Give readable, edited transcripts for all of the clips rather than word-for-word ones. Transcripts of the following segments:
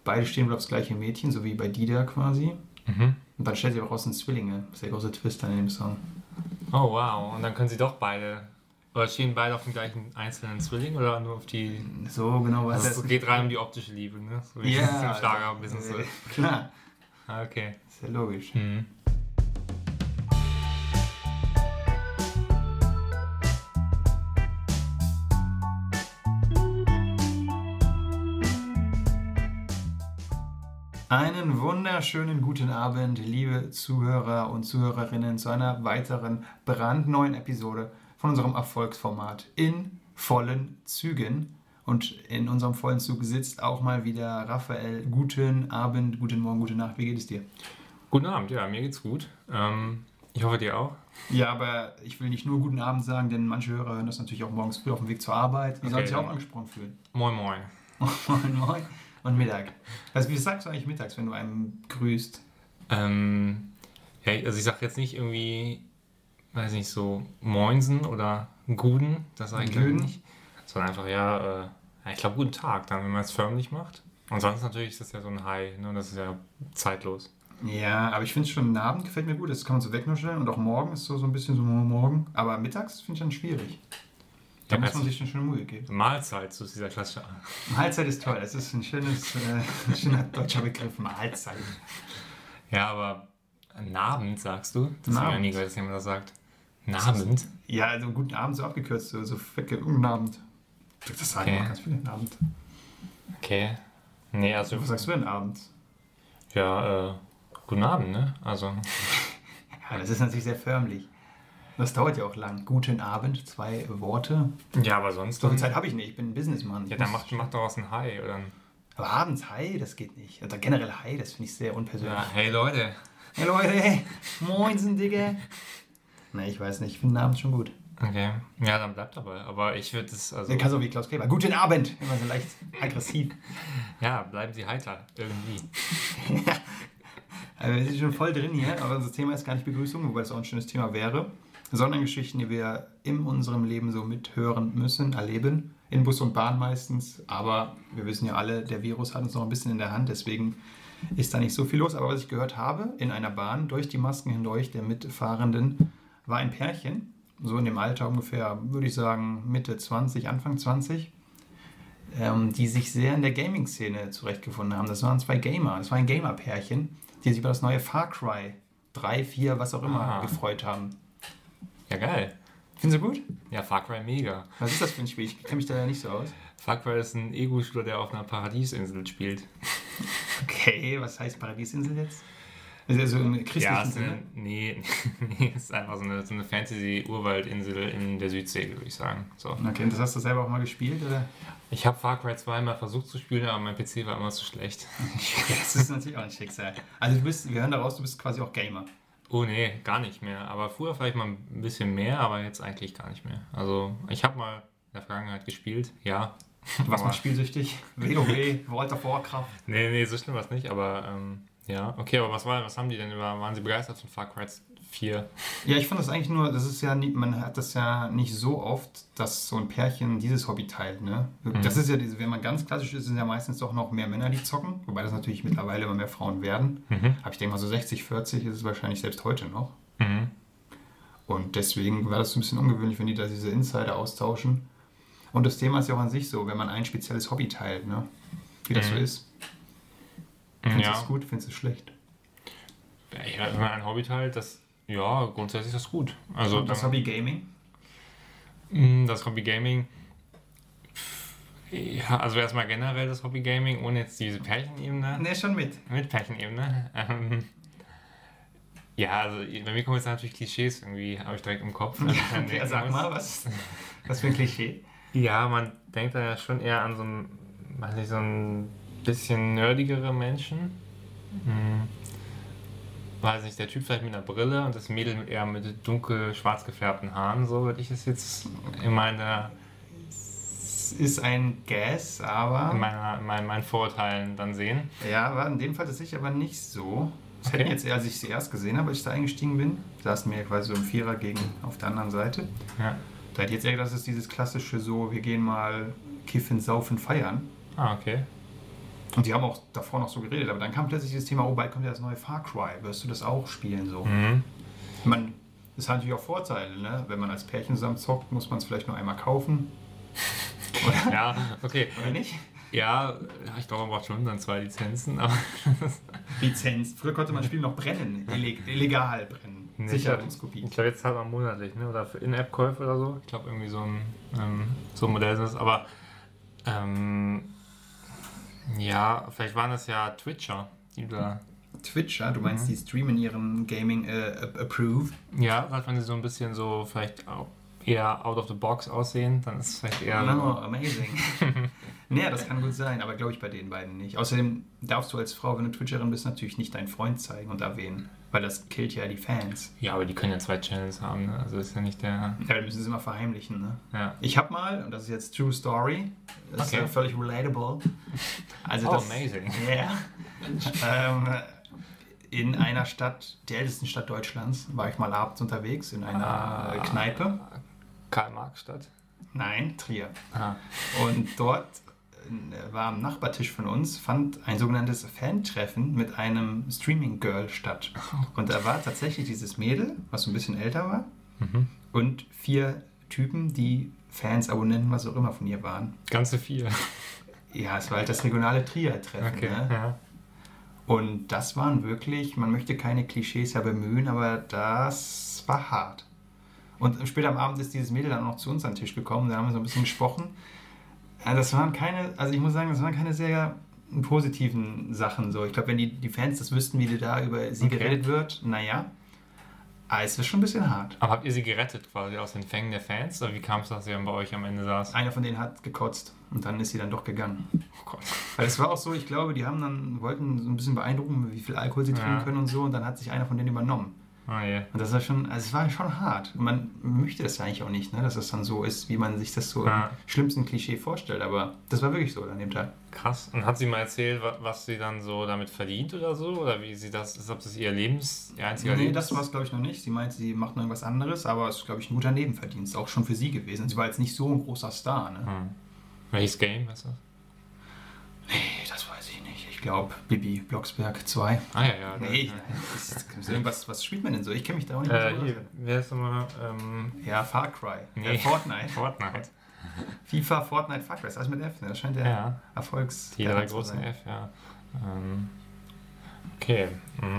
beide stehen wohl aufs gleiche Mädchen, so wie bei Dida quasi. Mhm. Und dann stellt sie auch raus, sind Zwillinge. Das ist der große Twist an dem Song. Oh wow, und dann können sie doch beide, oder stehen beide auf dem gleichen einzelnen Zwilling oder nur auf die... So genau was Also es geht rein um die optische Liebe, ne? So wie es im Schlager-Business ist. Klar. Ah, okay. Ist ja logisch. Mhm. Einen wunderschönen guten Abend, liebe Zuhörer und Zuhörerinnen, zu einer weiteren brandneuen Episode von unserem Erfolgsformat in vollen Zügen. Und in unserem vollen Zug sitzt auch mal wieder Raphael. Guten Abend, guten Morgen, gute Nacht. Wie geht es dir? Guten Abend, ja, mir geht's gut. Ich hoffe dir auch. Ja, aber ich will nicht nur guten Abend sagen, denn manche Hörer hören das natürlich auch morgens früh auf dem Weg zur Arbeit. Die sollen sich auch angesprochen fühlen. Moin moin. Moin, moin. Und Mittag. Also wie sagst du eigentlich mittags, wenn du einem grüßt? Ja, also ich sag jetzt nicht irgendwie, weiß nicht, so Moinsen oder Guten, das sage ich glaube ich nicht. Sondern einfach, ja, ich glaube guten Tag, dann, wenn man es förmlich macht. Und sonst natürlich ist das ja so ein Hi, ne? Das ist ja zeitlos. Ja, aber ich finde schon, den Abend gefällt mir gut, das kann man so wegnuscheln und auch morgen ist so ein bisschen so morgen. Aber mittags finde ich dann schwierig. Da muss man sich schon schöne Mühe geben. Mahlzeit, so ist dieser klassische. Mahlzeit ist toll, das ist ein schöner deutscher Begriff, Mahlzeit. Ja, aber Abend sagst du? Das habe ich ja nie gehört, dass jemand das sagt. Abend? Ja, also guten Abend so abgekürzt, so guten Abend. Das sagen auch ganz viele, guten Abend. Okay. Nee, also... Was sagst du denn Abend? Ja, guten Abend, ne? Also... Ja, das ist natürlich sehr förmlich. Das dauert ja auch lang. Guten Abend, 2 Worte. Ja, aber sonst... So viel Zeit habe ich nicht, ich bin ein Businessmann. Ja, dann mach doch was ein Hi, oder? Aber abends Hi, das geht nicht. Oder generell Hi, das finde ich sehr unpersönlich. Ja, hey Leute. Hey Leute, hey. Moinsen, Digga. Ne, ich weiß nicht, ich finde den Abend schon gut. Okay, ja, dann bleibt dabei. Aber ich würde es also... Der kann so wie Klaus Kleber. Guten Abend, immer so leicht aggressiv. Ja, bleiben Sie heiter, irgendwie. Also wir sind schon voll drin hier, aber unser Thema ist gar nicht Begrüßung, wobei das auch ein schönes Thema wäre, sondern Geschichten, die wir in unserem Leben so mithören müssen, erleben, in Bus und Bahn meistens, aber wir wissen ja alle, der Virus hat uns noch ein bisschen in der Hand, deswegen ist da nicht so viel los, aber was ich gehört habe, in einer Bahn, durch die Masken hindurch der Mitfahrenden, war ein Pärchen, so in dem Alter ungefähr, würde ich sagen, Mitte 20, Anfang 20, die sich sehr in der Gaming-Szene zurechtgefunden haben. Das waren 2 Gamer, das war ein Gamer-Pärchen, die sich über das neue Far Cry 3, 4, was auch immer gefreut haben. Ja, geil. Findest du gut? Ja, Far Cry mega. Was ist das für ein Spiel? Ich kenne mich da ja nicht so aus. Far Cry ist ein Ego-Shooter, der auf einer Paradiesinsel spielt. Okay, was heißt Paradiesinsel jetzt? Ist das so eine christlichen Sinne? Nee, es ist einfach so eine Fantasy-Urwaldinsel in der Südsee, würde ich sagen. So. Okay, und das hast du selber auch mal gespielt, oder? Ich habe Far Cry 2 mal versucht zu spielen, aber mein PC war immer zu schlecht. Das ist natürlich auch ein Schicksal. Also wir hören daraus, du bist quasi auch Gamer. Oh nee, gar nicht mehr. Aber früher vielleicht mal ein bisschen mehr, aber jetzt eigentlich gar nicht mehr. Also ich habe mal in der Vergangenheit gespielt, ja. Was macht spielsüchtig? WoW, World of Warcraft? Nee, so schlimm war es nicht, aber ja. Okay, aber was haben die denn waren sie begeistert von Far Cry 4? Ja, ich fand das eigentlich nur, das ist ja nie, man hat das ja nicht so oft, dass so ein Pärchen dieses Hobby teilt, ne? Das ist ja, wenn man ganz klassisch ist, sind ja meistens doch noch mehr Männer, die zocken, wobei das natürlich mittlerweile immer mehr Frauen werden. Aber ich denke mal so 60, 40 ist es wahrscheinlich selbst heute noch. Und deswegen war das so ein bisschen ungewöhnlich, wenn die da diese Insider austauschen. Und das Thema ist ja auch an sich so, wenn man ein spezielles Hobby teilt, ne? Wie das so ist. Findest du es gut, findest du es schlecht? Ja, wenn man ein Hobby teilt, ja, grundsätzlich ist das gut. Also und das Hobby Gaming? Das Hobby Gaming, ja, also erstmal generell das Hobby Gaming, ohne jetzt diese Pärchenebene. Ne, schon mit. Mit Pärchenebene. Ja, also bei mir kommen jetzt natürlich Klischees irgendwie, habe ich direkt im Kopf. Ja, sag mal, was für ein Klischee? Ja, man denkt da ja schon eher an so ein bisschen nerdigere Menschen. Weiß nicht, der Typ vielleicht mit einer Brille und das Mädel eher mit dunkel schwarz gefärbten Haaren, so würde ich es jetzt in meiner... Es ist ein Guess, aber... In meinen Vorurteilen dann sehen. Ja, aber in dem Fall ist es aber nicht so. Das hätte ich jetzt eher, als ich sie erst gesehen habe, als ich da eingestiegen bin. Saßen wir quasi so im Vierer gegen auf der anderen Seite. Ja. Da hätte ich jetzt eher gedacht, das ist dieses klassische so, wir gehen mal kiffen, saufen, feiern. Ah, okay. Und die haben auch davor noch so geredet, aber dann kam plötzlich das Thema, oh, bald kommt ja das neue Far Cry, wirst du das auch spielen? So. Das hat natürlich auch Vorteile, ne? Wenn man als Pärchen zusammen zockt, muss man es vielleicht nur einmal kaufen. Oder? Ja, okay. Oder nicht? Ja, ich glaube, man braucht schon dann 2 Lizenzen, aber... Lizenz. Früher konnte man Spiele noch brennen, illegal brennen. Nee, Sicherungskopie. Ich glaube, jetzt zahlt man monatlich, ne? Oder für In-App-Käufe oder so. Ich glaube, irgendwie so ein Modell ist es. Aber ja, vielleicht waren das ja Twitcher, die da... Twitcher, du meinst, die streamen ihren Gaming Approve? Ja, gerade wenn sie so ein bisschen so vielleicht auch eher out of the box aussehen, dann ist es vielleicht eher... No, amazing. Naja, das kann gut sein, aber glaube ich bei den beiden nicht. Außerdem darfst du als Frau, wenn du Twitcherin bist, natürlich nicht deinen Freund zeigen und erwähnen, weil das killt ja die Fans. Ja, aber die können ja 2 Channels haben, ne? Also ist ja nicht der... Ja, wir müssen es immer verheimlichen, ne? Ja. Ich habe mal, und das ist jetzt True Story, das ist völlig relatable. Also amazing. Ja. In einer Stadt, der ältesten Stadt Deutschlands, war ich mal abends unterwegs in einer Kneipe. Karl-Marx-Stadt? Nein, Trier. Aha. Und dort war am Nachbartisch von uns, fand ein sogenanntes Fan-Treffen mit einem Streaming-Girl statt. Und da war tatsächlich dieses Mädel, was so ein bisschen älter war, und 4 Typen, die Fans, Abonnenten, was auch immer von ihr waren. Ganze 4. Ja, es war halt das regionale Trier-Treffen. Okay, ne? ja. Und das waren wirklich, man möchte keine Klischees ja bemühen, aber das war hart. Und später am Abend ist dieses Mädel dann auch noch zu uns an den Tisch gekommen, da haben wir so ein bisschen gesprochen. Ja, das waren keine, also ich muss sagen, das waren keine sehr positiven Sachen. So. Ich glaube, wenn die Fans das wüssten, wie da über sie geredet wird, naja, es ist schon ein bisschen hart. Aber habt ihr sie gerettet quasi aus den Fängen der Fans? Oder wie kam es, dass sie dann bei euch am Ende saß? Einer von denen hat gekotzt und dann ist sie dann doch gegangen. Oh Gott. Weil es war auch so, ich glaube, die wollten so ein bisschen beeindrucken, wie viel Alkohol sie trinken können und so, und dann hat sich einer von denen übernommen. Oh je. Und das war schon, also es war schon hart. Und man möchte das ja eigentlich auch nicht, ne, dass das dann so ist, wie man sich das so im schlimmsten Klischee vorstellt. Aber das war wirklich so an dem Tag. Krass. Und hat sie mal erzählt, was sie dann so damit verdient oder so? Oder wie sie das, ob das ihr einziger Nee, Lebens... das war es, glaube ich, noch nicht. Sie meinte, sie macht noch irgendwas anderes, aber es ist, glaube ich, ein guter Nebenverdienst. Auch schon für sie gewesen. Sie war jetzt nicht so ein großer Star, ne? Welches Game ist das? Nee, das weiß ich nicht. Ich glaube, Bibi Blocksberg 2. Ah ja. Nee, was spielt man denn so? Ich kenne mich da auch nicht mehr so aus. Wer ist nochmal? Ja, Far Cry. Nee. Fortnite. Fortnite. FIFA, Fortnite, Far Cry. Das ist alles mit F, ne? Das scheint der Erfolgs... Die 3 großen F, ja. Okay.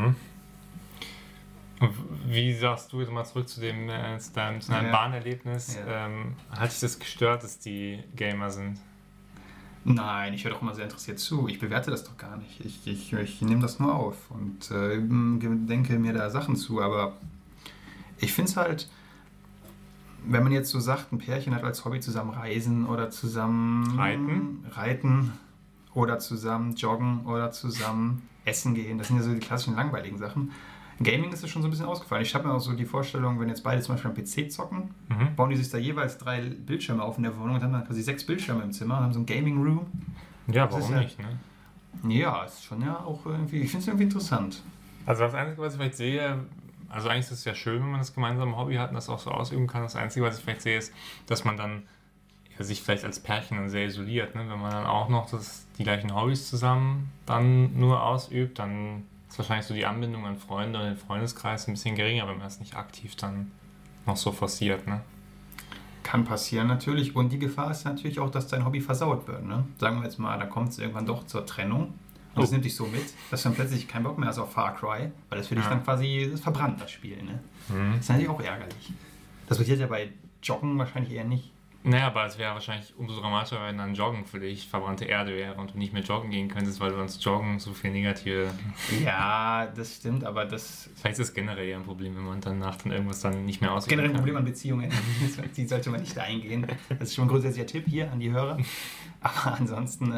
Wie sagst du jetzt mal zurück zu deinem Bahnerlebnis? Ja. Hat dich das gestört, dass die Gamer sind? Nein, ich höre doch immer sehr interessiert zu. Ich bewerte das doch gar nicht. Ich nehme das nur auf und denke mir da Sachen zu. Aber ich finde es halt, wenn man jetzt so sagt, ein Pärchen hat als Hobby zusammen reisen oder zusammen reiten oder zusammen joggen oder zusammen essen gehen. Das sind ja so die klassischen langweiligen Sachen. Gaming ist es schon so ein bisschen ausgefallen. Ich habe mir auch so die Vorstellung, wenn jetzt beide zum Beispiel am PC zocken, bauen die sich da jeweils 3 Bildschirme auf in der Wohnung und haben dann quasi 6 Bildschirme im Zimmer und haben so ein Gaming-Room. Ja, warum nicht, ne? Ja, ist schon ja auch irgendwie, ich finde es irgendwie interessant. Also das Einzige, was ich vielleicht sehe, also eigentlich ist es ja schön, wenn man das gemeinsame Hobby hat und das auch so ausüben kann. Das Einzige, was ich vielleicht sehe, ist, dass man dann sich vielleicht als Pärchen dann sehr isoliert, ne? Wenn man dann auch noch die gleichen Hobbys zusammen dann nur ausübt, dann ist wahrscheinlich so die Anbindung an Freunde und den Freundeskreis ein bisschen geringer, wenn man das nicht aktiv dann noch so forciert, ne? Kann passieren natürlich. Und die Gefahr ist natürlich auch, dass dein Hobby versaut wird, ne? Sagen wir jetzt mal, da kommt es irgendwann doch zur Trennung und das nimmt dich so mit, dass du dann plötzlich keinen Bock mehr hast auf Far Cry, weil das für dich dann quasi das verbrannt, das Spiel, ne? Das ist natürlich auch ärgerlich. Das passiert ja bei Joggen wahrscheinlich eher nicht. Naja, aber es wäre wahrscheinlich umso dramatischer, wenn dann Joggen für dich verbrannte Erde wäre und du nicht mehr joggen gehen könntest, weil du sonst Joggen so viel negative... Ja, das stimmt, aber das... Vielleicht ist es generell ein Problem, wenn man danach dann irgendwas dann nicht mehr ausüben generell ein kann. Problem an Beziehungen, die sollte man nicht eingehen. Das ist schon ein grundsätzlicher Tipp hier an die Hörer. Aber ansonsten,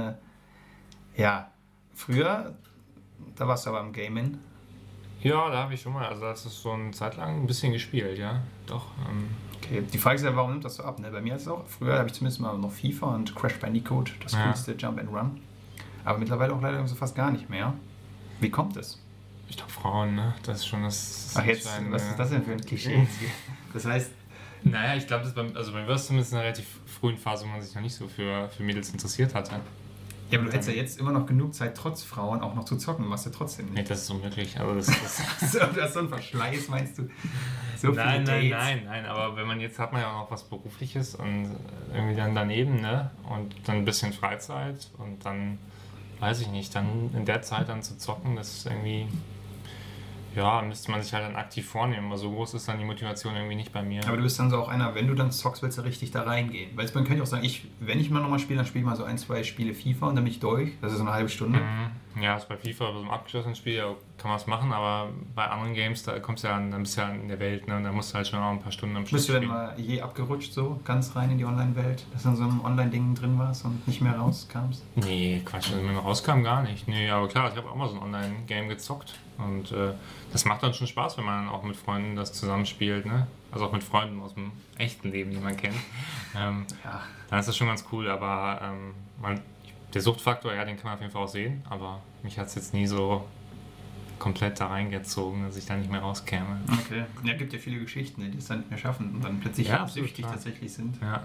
ja, früher, da warst du aber am Gamen. Ja, da habe ich schon mal, also das ist so eine Zeit lang ein bisschen gespielt, ja, doch. Okay, die Frage ist ja, warum nimmt das so ab? Ne? Bei mir ist es auch, früher habe ich zumindest mal noch FIFA und Crash Bandicoot, das coolste Jump and Run. Aber mittlerweile auch leider so fast gar nicht mehr. Wie kommt es? Ich glaube Frauen, ne? Das ist schon das... Ach jetzt, was ist das denn für ein Klischee? Das heißt... Naja, ich glaube, bei mir war es zumindest in einer relativ frühen Phase, wo man sich noch nicht so für Mädels interessiert hatte. Ja, aber du hättest ja jetzt immer noch genug Zeit, trotz Frauen auch noch zu zocken, machst du trotzdem nicht. Nee, das ist unmöglich. Also das So, das ist so ein Verschleiß, meinst du? So nein, viele Dates. nein, aber wenn man jetzt hat man ja auch noch was Berufliches und irgendwie dann daneben, ne? Und dann ein bisschen Freizeit und dann, weiß ich nicht, dann in der Zeit dann zu zocken, das ist irgendwie, ja, müsste man sich halt dann aktiv vornehmen. Aber so groß ist dann die Motivation irgendwie nicht bei mir. Aber du bist dann so auch einer, wenn du dann zockst, willst du richtig da reingehen. Weil man könnte auch sagen, wenn ich mal nochmal spiele, dann spiele ich mal so 1, 2 Spiele FIFA und dann bin ich durch. Das ist so eine halbe Stunde. Ja, ist bei FIFA oder so einem abgeschlossenen Spiel, ja, kann man es machen, aber bei anderen Games, da kommst du ja, dann bist du ja in der Welt, ne? Und da musst du halt schon auch ein paar Stunden am Stück Bist du denn spielen. mal je abgerutscht so, ganz rein in die Online-Welt, dass du in so einem Online-Ding drin warst und nicht mehr rauskam? Nee, Quatsch, wenn man rauskam, gar nicht. Nee, aber klar, ich habe auch mal so ein Online-Game gezockt und das macht dann schon Spaß, wenn man auch mit Freunden das zusammenspielt, ne? Also auch mit Freunden aus dem echten Leben, die man kennt. Ja. Dann ist das schon ganz cool, aber der Suchtfaktor, ja, den kann man auf jeden Fall auch sehen, aber mich hat es jetzt nie so komplett da reingezogen, dass ich da nicht mehr rauskäme. Okay. Ja, gibt ja viele Geschichten, die es dann nicht mehr schaffen und dann plötzlich Ja, süchtig klar. tatsächlich sind. Ja.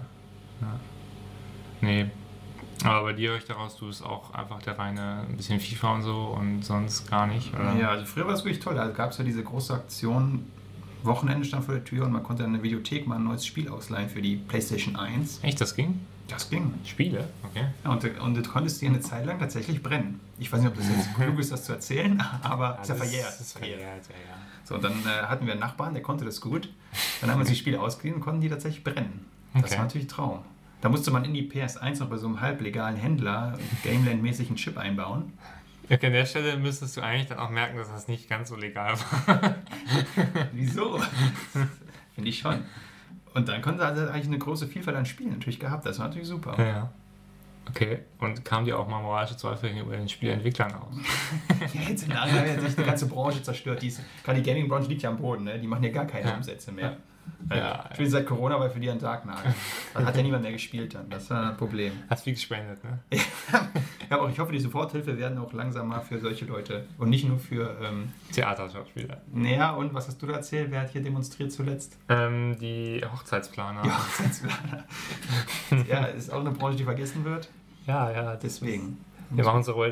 Nee. Aber bei dir höre ich daraus, du bist auch einfach der reine ein bisschen FIFA und so und sonst gar nicht, oder? Ja, also früher war es wirklich toll. Da gab es ja diese große Aktion, Wochenende stand vor der Tür und man konnte in der Videothek mal ein neues Spiel ausleihen für die PlayStation 1. Echt, das ging? Das ging. Spiele? Okay. Ja, und du konntest dir eine Zeit lang tatsächlich brennen. Ich weiß nicht, ob das jetzt klug ist, das zu erzählen, aber ist ja verjährt. Das ist verjährt, ja. So, und dann hatten wir einen Nachbarn, der konnte das gut. Dann haben wir uns die Spiele ausgeliehen und konnten die tatsächlich brennen. Das Okay. war natürlich ein Traum. Da musste man in die PS1 noch bei so einem halblegalen Händler Gameland-mäßig einen Chip einbauen. Okay, an der Stelle müsstest du eigentlich dann auch merken, dass das nicht ganz so legal war. Wieso? Finde ich schon. Und dann konnte er also eigentlich eine große Vielfalt an Spielen natürlich gehabt. Das war natürlich super. Ja. Okay, und kamen dir auch mal moralische Zweifel gegenüber den Spieleentwicklern aus? Ja, jetzt hat sich die ganze Branche zerstört. Gerade die Gaming-Branche liegt ja am Boden. Ne? Die machen ja gar keine Umsätze mehr. Ja. Ich bin seit Corona, weil für die ein Darknagel. Das hat ja niemand mehr gespielt dann. Das war ein Problem. Hast viel gespendet, ne? Ja, aber ich hoffe, die Soforthilfe werden auch langsam mal für solche Leute und nicht nur für. Theaterschauspieler. Naja, und was hast du da erzählt? Wer hat hier demonstriert zuletzt? Die Hochzeitsplaner. Ja, Hochzeitsplaner. Ja, ist auch eine Branche, die vergessen wird. Ja, Deswegen. Wir machen uns darüber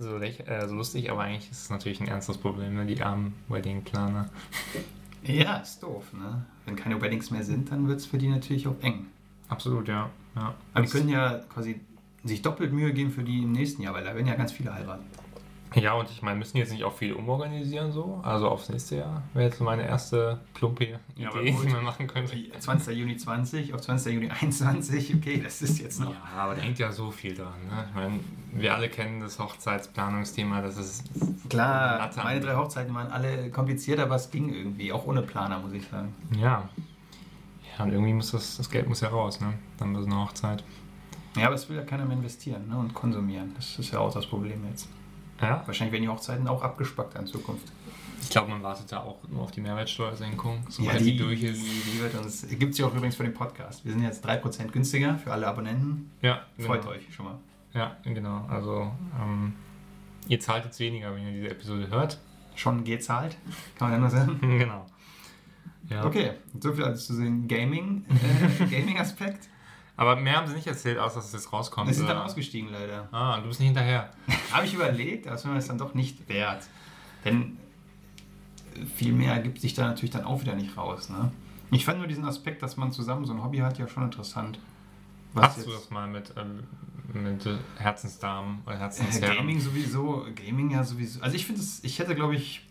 so lustig, aber eigentlich ist es natürlich ein ernstes Problem, ne? Die armen Wedding-Planer. Ja, ist doof, ne? Wenn keine Weddings mehr sind, dann wird es für die natürlich auch eng. Absolut, ja. Aber die können ja quasi sich doppelt Mühe geben für die im nächsten Jahr, weil da werden ja ganz viele heiraten. Ja, und ich meine, müssen die jetzt nicht auch viel umorganisieren so? Also aufs nächste Jahr wäre jetzt so meine erste plumpe Ja, aber Idee, gut. die man machen könnte. 20. Juni 20 auf 20. Juni 21, okay, das ist jetzt noch. Ja, aber da hängt ja so viel dran. Ne? Ich meine, wir alle kennen das Hochzeitsplanungsthema, das ist Klar, Latte. meine 3 Hochzeiten waren alle kompliziert, aber es ging irgendwie, auch ohne Planer, muss ich sagen. Ja. Ja, und irgendwie muss das Geld muss ja raus, ne? Dann bei so einer Hochzeit. Ja, aber es will ja keiner mehr investieren, ne? Und konsumieren. Das ist ja auch das Problem jetzt. Ja. Wahrscheinlich werden die Hochzeiten auch abgespackt in Zukunft. Ich glaube, man wartet da auch nur auf die Mehrwertsteuersenkung, Ja, sobald die durch ist. die wird uns. Gibt es ja auch übrigens für den Podcast. Wir sind jetzt 3% günstiger für alle Abonnenten. Ja, Freut genau. euch schon mal. Ja, genau. Also, ihr zahlt jetzt weniger, wenn ihr diese Episode hört. Schon gezahlt, kann man ja nur sagen. Genau. Ja. Okay, so viel also zu den Gaming-Aspekt. Aber mehr haben sie nicht erzählt, außer dass es jetzt rauskommt. Wir sind dann oder? ausgestiegen leider. Ah, du bist nicht hinterher. Habe ich überlegt, aber es ist dann doch nicht wert. Denn viel mehr ergibt sich da natürlich dann auch wieder nicht raus. Ne? Ich fand nur diesen Aspekt, dass man zusammen so ein Hobby hat, ja schon interessant. Hast du das mal mit Herzensdamen oder Herzensherren? Gaming ja sowieso. Also ich finde es, ich hätte glaube ich,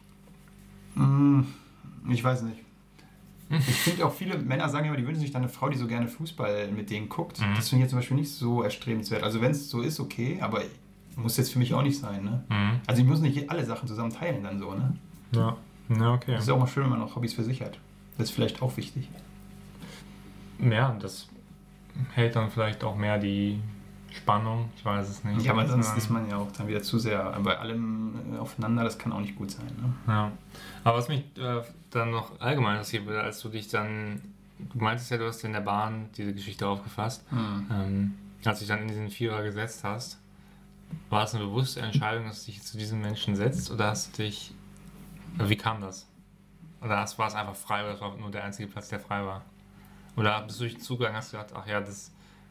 ich weiß nicht. Ich finde auch viele Männer sagen immer, die wünschen sich dann eine Frau, die so gerne Fußball mit denen guckt. Mhm. Das finde ich jetzt zum Beispiel nicht so erstrebenswert. Also wenn es so ist, okay, aber muss jetzt für mich auch nicht sein. Ne? Mhm. Also ich muss nicht alle Sachen zusammen teilen dann so. Ne? Ja, okay. Das ist ja auch mal schön, wenn man noch Hobbys für sich hat. Das ist vielleicht auch wichtig. Ja, das hält dann vielleicht auch mehr die Spannung, ich weiß es nicht. Ja, aber sonst ist man ja auch dann wieder zu sehr bei allem aufeinander, das kann auch nicht gut sein. Ne? Ja. Aber was mich dann noch allgemein interessiert würde, als du dich dann, du meintest ja, du hast in der Bahn diese Geschichte aufgefasst, als du dich dann in diesen Vierer gesetzt hast, war es eine bewusste Entscheidung, dass du dich zu diesen Menschen setzt oder hast du dich, wie kam das? Oder war es einfach frei oder das war nur der einzige Platz, der frei war? Oder bist du durch den Zugang, hast du gedacht, ach ja,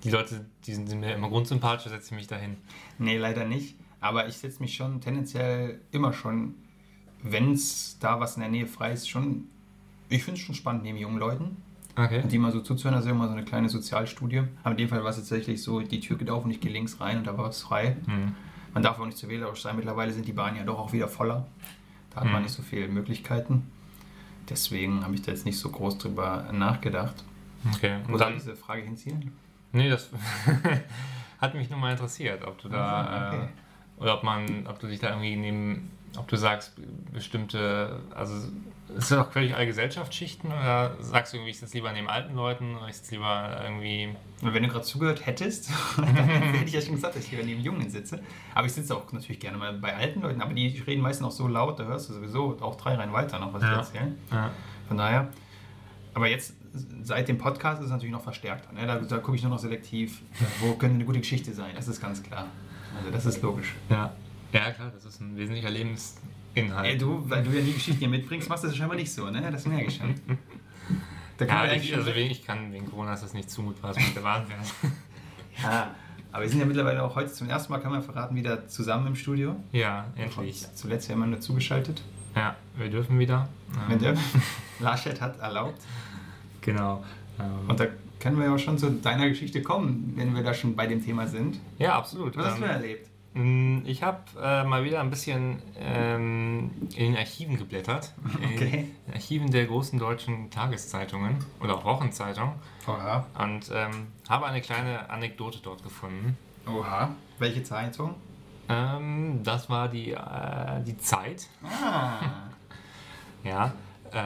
die Leute, die sind mir immer grundsympathisch, setze ich mich dahin. Nee, leider nicht. Aber ich setze mich schon tendenziell immer schon, wenn es da was in der Nähe frei ist, schon. Ich finde es schon spannend neben jungen Leuten. Okay. Und die mal so zuzuhören, das ist ja immer so eine kleine Sozialstudie. Aber in dem Fall war es tatsächlich so, die Tür geht auf und ich gehe links rein und da war es frei. Man darf auch nicht zu wählerisch sein. Mittlerweile sind die Bahnen ja doch auch wieder voller. Da hat man nicht so viele Möglichkeiten. Deswegen habe ich da jetzt nicht so groß drüber nachgedacht. Okay. Und dann diese Frage hinziehen? Nee, das hat mich nur mal interessiert, ob du da okay. oder ob du dich da irgendwie ob du sagst, bestimmte, also ist das auch völlig alle Gesellschaftsschichten oder sagst du irgendwie, ich sitze lieber neben alten Leuten oder ich sitze lieber irgendwie... Und wenn du gerade zugehört hättest, dann hätte ich ja schon gesagt, dass ich lieber neben Jungen sitze. Aber ich sitze auch natürlich gerne mal bei alten Leuten, aber die reden meistens auch so laut, da hörst du sowieso auch 3 Reihen weiter noch, was die erzählen. Ja. Von daher, aber jetzt seit dem Podcast ist es natürlich noch verstärkter. Ne? Da gucke ich nur noch selektiv, wo könnte eine gute Geschichte sein, das ist ganz klar. Also das ist logisch. Ja, klar, das ist ein wesentlicher Lebensinhalt. Weil du ja die Geschichten hier mitbringst, machst du das scheinbar nicht so, ne? Das merke ich schon. Da kann ich kann wegen Corona ist das nicht zumutbar, was mit der Bahn fährt. Ja, aber wir sind ja mittlerweile auch heute zum ersten Mal, kann man verraten, wieder zusammen im Studio. Ja, endlich. Zuletzt ja immer nur zugeschaltet. Ja, wir dürfen wieder. Laschet hat erlaubt. Genau. Und da können wir ja auch schon zu deiner Geschichte kommen, wenn wir da schon bei dem Thema sind. Ja, absolut. Was hast du erlebt? Ich habe mal wieder ein bisschen in den Archiven geblättert. Okay. In den Archiven der großen deutschen Tageszeitungen oder auch Wochenzeitungen. Oha. Und habe eine kleine Anekdote dort gefunden. Oha. Welche Zeitung? Das war die Zeit. Ah. Ja.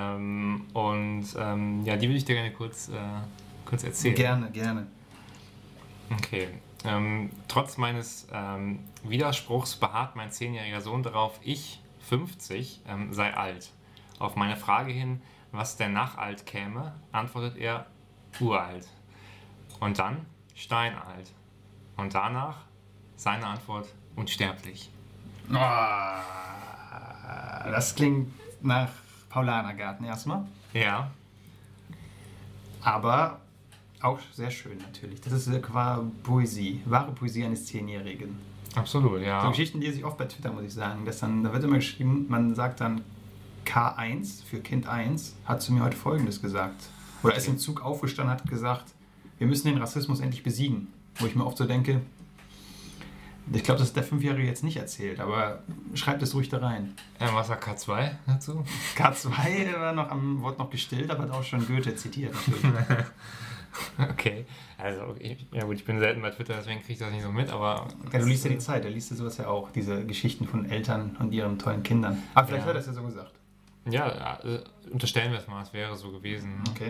Die will ich dir gerne kurz erzählen. Gerne. Okay. Trotz meines Widerspruchs beharrt mein 10-jähriger Sohn darauf, ich, 50, sei alt. Auf meine Frage hin, was denn nach alt käme, antwortet er, uralt. Und dann steinalt. Und danach seine Antwort, unsterblich. Oh, das klingt nach Paulanergarten erstmal. Ja. Aber auch sehr schön natürlich. Das ist quasi Poesie, wahre Poesie eines 10-Jährigen. Absolut, ja. So Geschichten lese ich oft bei Twitter, muss ich sagen. Da wird immer geschrieben, man sagt dann K1 für Kind 1 hat zu mir heute Folgendes gesagt. Oder ist im Zug aufgestanden, hat gesagt, wir müssen den Rassismus endlich besiegen. Wo ich mir oft so denke, ich glaube, das ist der 5-Jährige jetzt nicht erzählt, aber schreibt es ruhig da rein. Was sagt K2 dazu? K2 wurde noch gestillt, aber hat auch schon Goethe zitiert natürlich. Okay, also ich bin selten bei Twitter, deswegen kriege ich das nicht so mit, aber... Ja, du liest ja die Zeit, da liest du sowas ja auch, diese Geschichten von Eltern und ihren tollen Kindern. Aber vielleicht hat er das ja so gesagt. Ja, unterstellen wir es mal, es wäre so gewesen. Okay.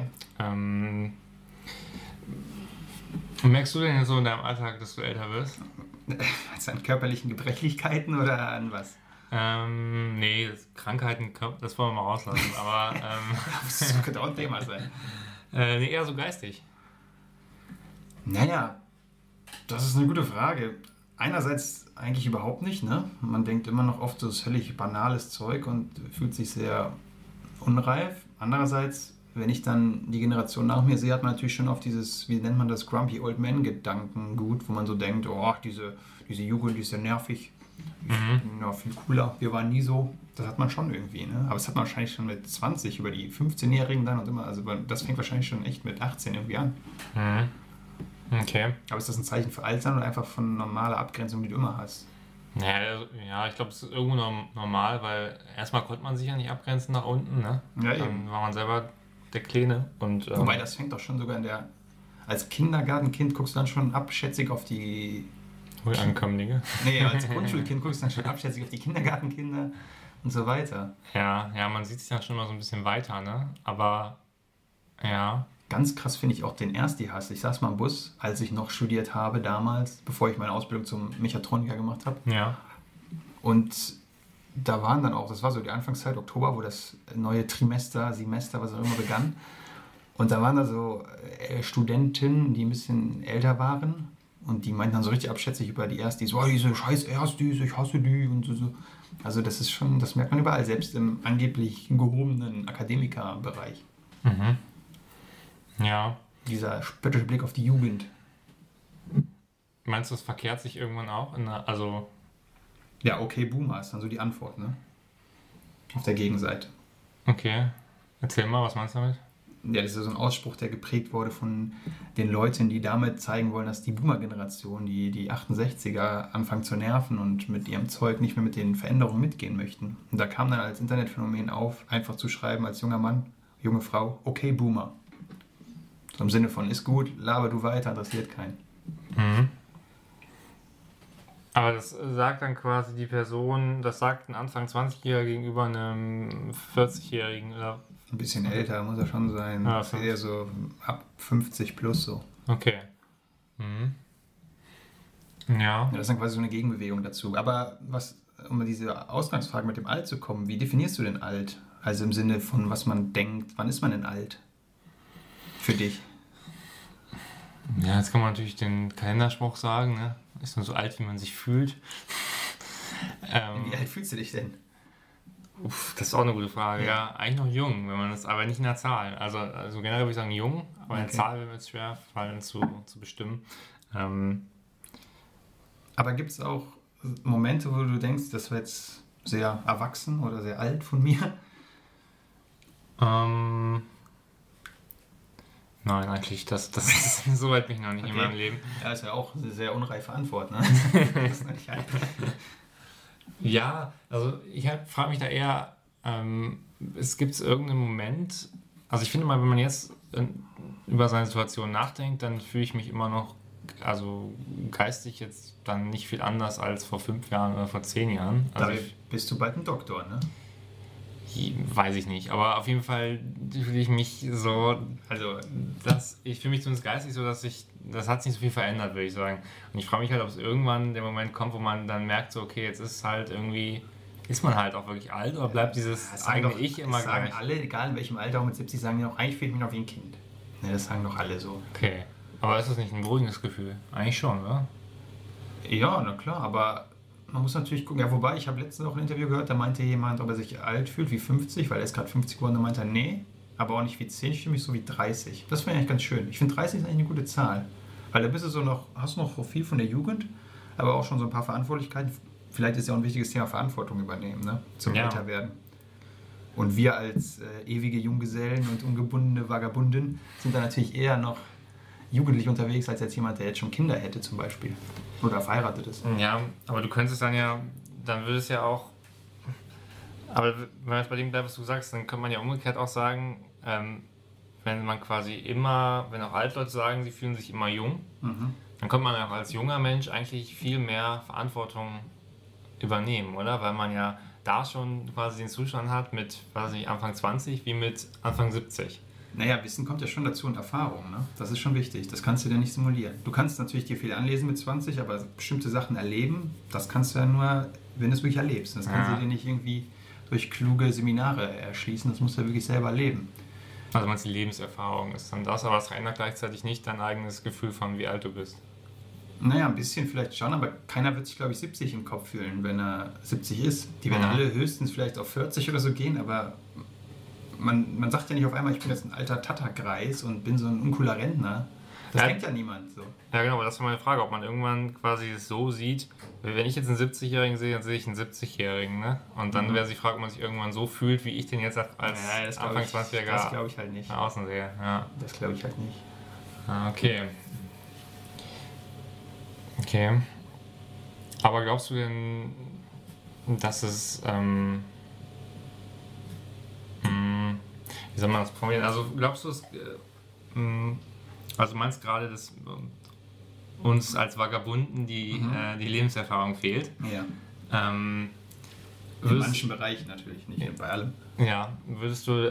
Merkst du denn so in deinem Alltag, dass du älter wirst? Also an körperlichen Gebrechlichkeiten oder an was? Nee, Krankheiten, das wollen wir mal rauslassen, aber... Das könnte auch ein Thema sein. Nee, eher so geistig. Naja, das ist eine gute Frage. Einerseits eigentlich überhaupt nicht, ne? Man denkt immer noch oft, so völlig banales Zeug und fühlt sich sehr unreif. Andererseits, wenn ich dann die Generation nach mir sehe, hat man natürlich schon auf dieses, wie nennt man das, Grumpy Old Man Gedankengut, wo man so denkt, oh, diese Jugend, die ist ja nervig. Ja, viel cooler. Wir waren nie so. Das hat man schon irgendwie, ne? Aber das hat man wahrscheinlich schon mit 20 über die 15-Jährigen dann und immer. Also das fängt wahrscheinlich schon echt mit 18 irgendwie an. Okay. Aber ist das ein Zeichen für Altern oder einfach von normaler Abgrenzung, die du immer hast? Ja, ich glaube, es ist irgendwo normal, weil erstmal konnte man sich ja nicht abgrenzen nach unten, ne? Ja, dann eben. war man selber der Kleine. Und, wobei, das fängt doch schon sogar als Kindergartenkind guckst du dann schon abschätzig auf die... Ankömmlinge. Nee, als Grundschulkind guckst du dann schon abschätzig auf die Kindergartenkinder und so weiter. Ja, man sieht sich dann schon mal so ein bisschen weiter, ne? Aber, ja... Ganz krass finde ich auch den Ersti-Hass. Ich saß mal im Bus, als ich noch studiert habe damals, bevor ich meine Ausbildung zum Mechatroniker gemacht habe. Ja. Und da waren dann auch, das war so die Anfangszeit, Oktober, wo das neue Semester, was auch immer begann. Und da waren da so Studentinnen, die ein bisschen älter waren und die meinten dann so richtig abschätzig über die Erstis, oh, diese scheiß Erstis, ich hasse die und so. Also das ist schon, das merkt man überall, selbst im angeblich gehobenen Akademikerbereich. Mhm. Ja. Dieser spöttische Blick auf die Jugend. meinst du, es verkehrt sich irgendwann auch? Also Ja, okay, Boomer ist dann so die Antwort, ne? Auf der Gegenseite. okay, erzähl mal, was meinst du damit? Ja, das ist ja so ein Ausspruch, der geprägt wurde von den Leuten, die damit zeigen wollen, dass die Boomer-Generation, die 68er, anfangen zu nerven und mit ihrem Zeug nicht mehr mit den Veränderungen mitgehen möchten. Und da kam dann als Internetphänomen auf, einfach zu schreiben als junger Mann, junge Frau, okay, Boomer. So im Sinne von, ist gut, laber du weiter, interessiert keinen. Mhm. Aber das sagt dann quasi die Person, das sagt ein Anfang 20-Jähriger gegenüber einem 40-Jährigen oder? Ein bisschen älter muss er schon sein. Ja, Eher so ab 50 plus so. Okay. Mhm. Ja. Ja, das ist dann quasi so eine Gegenbewegung dazu. Aber um diese Ausgangsfrage mit dem Alt zu kommen, wie definierst du denn alt? Also im Sinne von, was man denkt, wann ist man denn alt? Für dich? Ja, jetzt kann man natürlich den Kalenderspruch sagen, ne? Ist man so alt, wie man sich fühlt. Wie alt fühlst du dich denn? Das ist auch eine gute Frage. Ja, eigentlich noch jung, wenn man das, aber nicht in der Zahl. Also generell würde ich sagen jung, aber in der Zahl wird es schwer fallen zu bestimmen. Aber gibt es auch Momente, wo du denkst, das war jetzt sehr erwachsen oder sehr alt von mir? Nein, eigentlich, das ist so weit bin ich noch nicht in meinem Leben. Ja, ist ja auch eine sehr unreife Antwort, ne? Das ist nicht alt. Ja, also ich frage mich da eher, es gibt irgendeinen Moment, also ich finde mal, wenn man jetzt über seine Situation nachdenkt, dann fühle ich mich immer noch, also geistig jetzt dann nicht viel anders als vor 5 Jahren oder vor 10 Jahren. Also Da bist du bald ein Doktor, ne? Weiß ich nicht, aber auf jeden Fall fühle ich mich so, also ich fühle mich zumindest geistig so, das hat sich nicht so viel verändert, würde ich sagen. Und ich frage mich halt, ob es irgendwann der Moment kommt, wo man dann merkt, so okay, jetzt ist halt irgendwie, ist man halt auch wirklich alt oder bleibt dieses eigene Ich immer sagen gleich? alle, egal in welchem Alter, auch mit 70 sagen die noch, eigentlich fühle ich mich noch wie ein Kind. Ne, das sagen doch alle so. Okay, aber ist das nicht ein beruhigendes Gefühl? Eigentlich schon, oder? Ja, na klar, aber man muss natürlich gucken. Ja, wobei, ich habe letztens noch ein Interview gehört, da meinte jemand, ob er sich alt fühlt wie 50, weil er ist gerade 50 geworden, da meinte er, nee, aber auch nicht wie 10, ich fühle mich so wie 30. Das finde ich eigentlich ganz schön. Ich finde 30 ist eigentlich eine gute Zahl, weil da bist du hast noch so viel von der Jugend, aber auch schon so ein paar Verantwortlichkeiten. Vielleicht ist ja auch ein wichtiges Thema Verantwortung übernehmen, ne? Zum Älterwerden. Und wir als ewige Junggesellen und ungebundene Vagabunden sind da natürlich eher noch jugendlich unterwegs, als jetzt jemand, der jetzt schon Kinder hätte zum Beispiel. Oder verheiratet ist. Ja, aber du könntest dann würde es ja auch, aber wenn man jetzt bei dem bleibt, was du sagst, dann könnte man ja umgekehrt auch sagen, wenn man quasi wenn auch Altleute sagen, sie fühlen sich immer jung, dann könnte man auch als junger Mensch eigentlich viel mehr Verantwortung übernehmen, oder? Weil man ja da schon quasi den Zustand hat mit, weiß nicht, Anfang 20 wie mit Anfang 70. Naja, Wissen kommt ja schon dazu und Erfahrung, ne? Das ist schon wichtig. Das kannst du dir nicht simulieren. Du kannst natürlich dir viel anlesen mit 20, aber bestimmte Sachen erleben, das kannst du ja nur, wenn du es wirklich erlebst. Das kannst du dir nicht irgendwie durch kluge Seminare erschließen, das musst du ja wirklich selber erleben. Also meinst du, die Lebenserfahrung ist dann das, aber es verändert gleichzeitig nicht dein eigenes Gefühl von, wie alt du bist. Naja, ein bisschen vielleicht schon, aber keiner wird sich, glaube ich, 70 im Kopf fühlen, wenn er 70 ist. Die werden alle höchstens vielleicht auf 40 oder so gehen, aber man sagt ja nicht auf einmal, ich bin jetzt ein alter Tattergreis und bin so ein uncooler Rentner. Das denkt ja niemand so. Ja, genau, aber das war meine Frage, ob man irgendwann quasi es so sieht, wenn ich jetzt einen 70-Jährigen sehe, dann sehe ich einen 70-Jährigen, ne? Und dann wäre die Frage, ob man sich irgendwann so fühlt, wie ich den jetzt als Anfang 20er Das glaube ich halt nicht. außen sehe. Ja. Das glaube ich halt nicht. Okay. Okay. Aber glaubst du denn, dass es, wie soll man das formulieren? Also glaubst du, also du meinst gerade, dass uns als Vagabunden die Lebenserfahrung fehlt? Ja. In manchen Bereichen natürlich, nicht bei allem. Ja, würdest du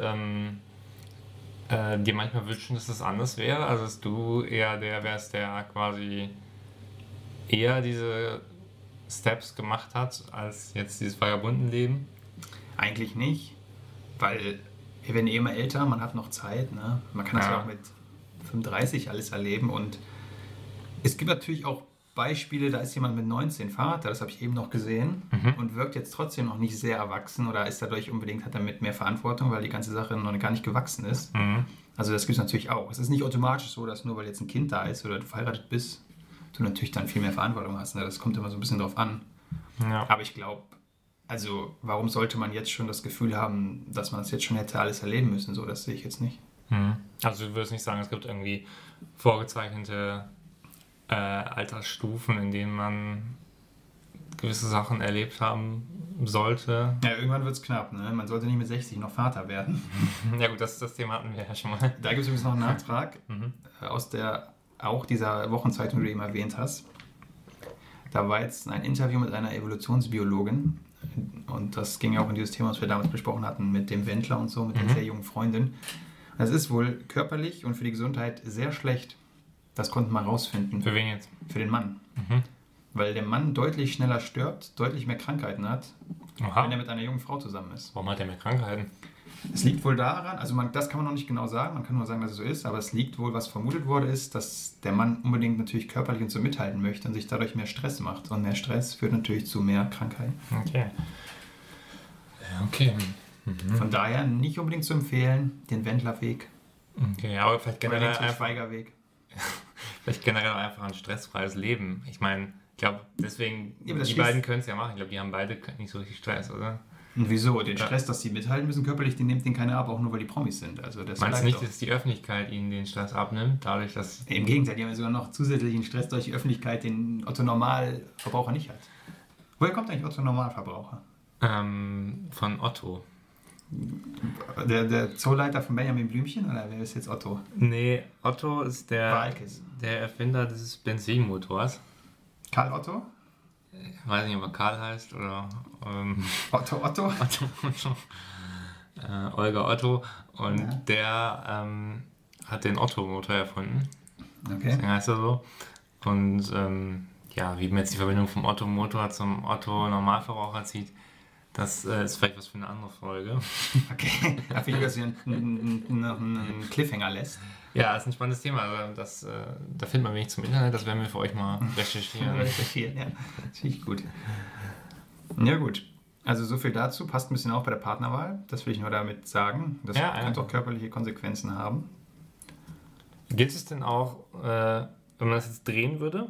dir manchmal wünschen, dass das anders wäre? Also dass du eher der wärst, der quasi eher diese Steps gemacht hat, als jetzt dieses Vagabundenleben? Eigentlich nicht, weil wir werden eh immer älter, man hat noch Zeit, ne? Man kann das ja auch mit 35 alles erleben und es gibt natürlich auch Beispiele, da ist jemand mit 19 Vater, das habe ich eben noch gesehen und wirkt jetzt trotzdem noch nicht sehr erwachsen oder ist dadurch hat damit mehr Verantwortung, weil die ganze Sache noch gar nicht gewachsen ist. Also das gibt es natürlich auch. Es ist nicht automatisch so, dass nur weil jetzt ein Kind da ist oder du verheiratet bist, du natürlich dann viel mehr Verantwortung hast. Ne? Das kommt immer so ein bisschen drauf an. Ja. Aber ich glaube, also warum sollte man jetzt schon das Gefühl haben, dass man es jetzt schon hätte alles erleben müssen? So, das sehe ich jetzt nicht. Also du würdest nicht sagen, es gibt irgendwie vorgezeichnete Altersstufen, in denen man gewisse Sachen erlebt haben sollte. Ja, irgendwann wird es knapp. Ne? Man sollte nicht mit 60 noch Vater werden. Ja gut, das Thema hatten wir ja schon mal. Da gibt es übrigens noch einen Nachtrag aus dieser Wochenzeitung, die du eben erwähnt hast. Da war jetzt ein Interview mit einer Evolutionsbiologin und das ging ja auch in dieses Thema, was wir damals besprochen hatten, mit dem Wendler und so, mit der sehr jungen Freundin. Das ist wohl körperlich und für die Gesundheit sehr schlecht. Das konnten wir rausfinden. Für wen jetzt? Für den Mann. Weil der Mann deutlich schneller stirbt, deutlich mehr Krankheiten hat, wenn er mit einer jungen Frau zusammen ist. Warum hat er mehr Krankheiten? Es liegt wohl daran, also das kann man noch nicht genau sagen, man kann nur sagen, dass es so ist, aber es liegt wohl, was vermutet wurde, ist, dass der Mann unbedingt natürlich körperlich und so mithalten möchte und sich dadurch mehr Stress macht. Und mehr Stress führt natürlich zu mehr Krankheiten. Okay. Von daher nicht unbedingt zu empfehlen, den Wendler-Weg. Okay, aber vielleicht generell den Schweiger-Weg. Vielleicht generell einfach ein stressfreies Leben. Ich meine, ich glaube, deswegen, Ja, die beiden können es ja machen. Ich glaube, die haben beide nicht so richtig Stress, oder? Und wieso? Den Stress, dass sie mithalten müssen körperlich, den nimmt den keiner ab, auch nur weil die Promis sind. Also das Meinst du nicht, dass die Öffentlichkeit ihnen den Stress abnimmt, dadurch, dass... Im Gegenteil, die haben ja sogar noch zusätzlichen Stress durch die Öffentlichkeit, den Otto-Normalverbraucher nicht hat. Woher kommt eigentlich Otto-Normalverbraucher? Von Otto. Der Zooleiter von Benjamin Blümchen oder wer ist jetzt Otto? Nee, Otto ist der Walkes. Erfinder des Benzinmotors. Karl Otto? Ich weiß nicht, ob er Karl heißt oder... Otto? Olga Otto. Und der hat den Otto-Motor erfunden. Okay. Deswegen heißt er so. Und wie man jetzt die Verbindung vom Otto-Motor zum Otto-Normalverbraucher zieht, das ist vielleicht was für eine andere Folge. Okay, da finde ich, dass ihr einen Cliffhanger lässt. Ja, ist ein spannendes Thema. Also da findet man wenig zum Internet, das werden wir für euch mal recherchieren. Ja, das finde ich gut. Ja gut, also so viel dazu. Passt ein bisschen auch bei der Partnerwahl. Das will ich nur damit sagen. Das könnte auch körperliche Konsequenzen haben. Gilt es denn auch, wenn man das jetzt drehen würde?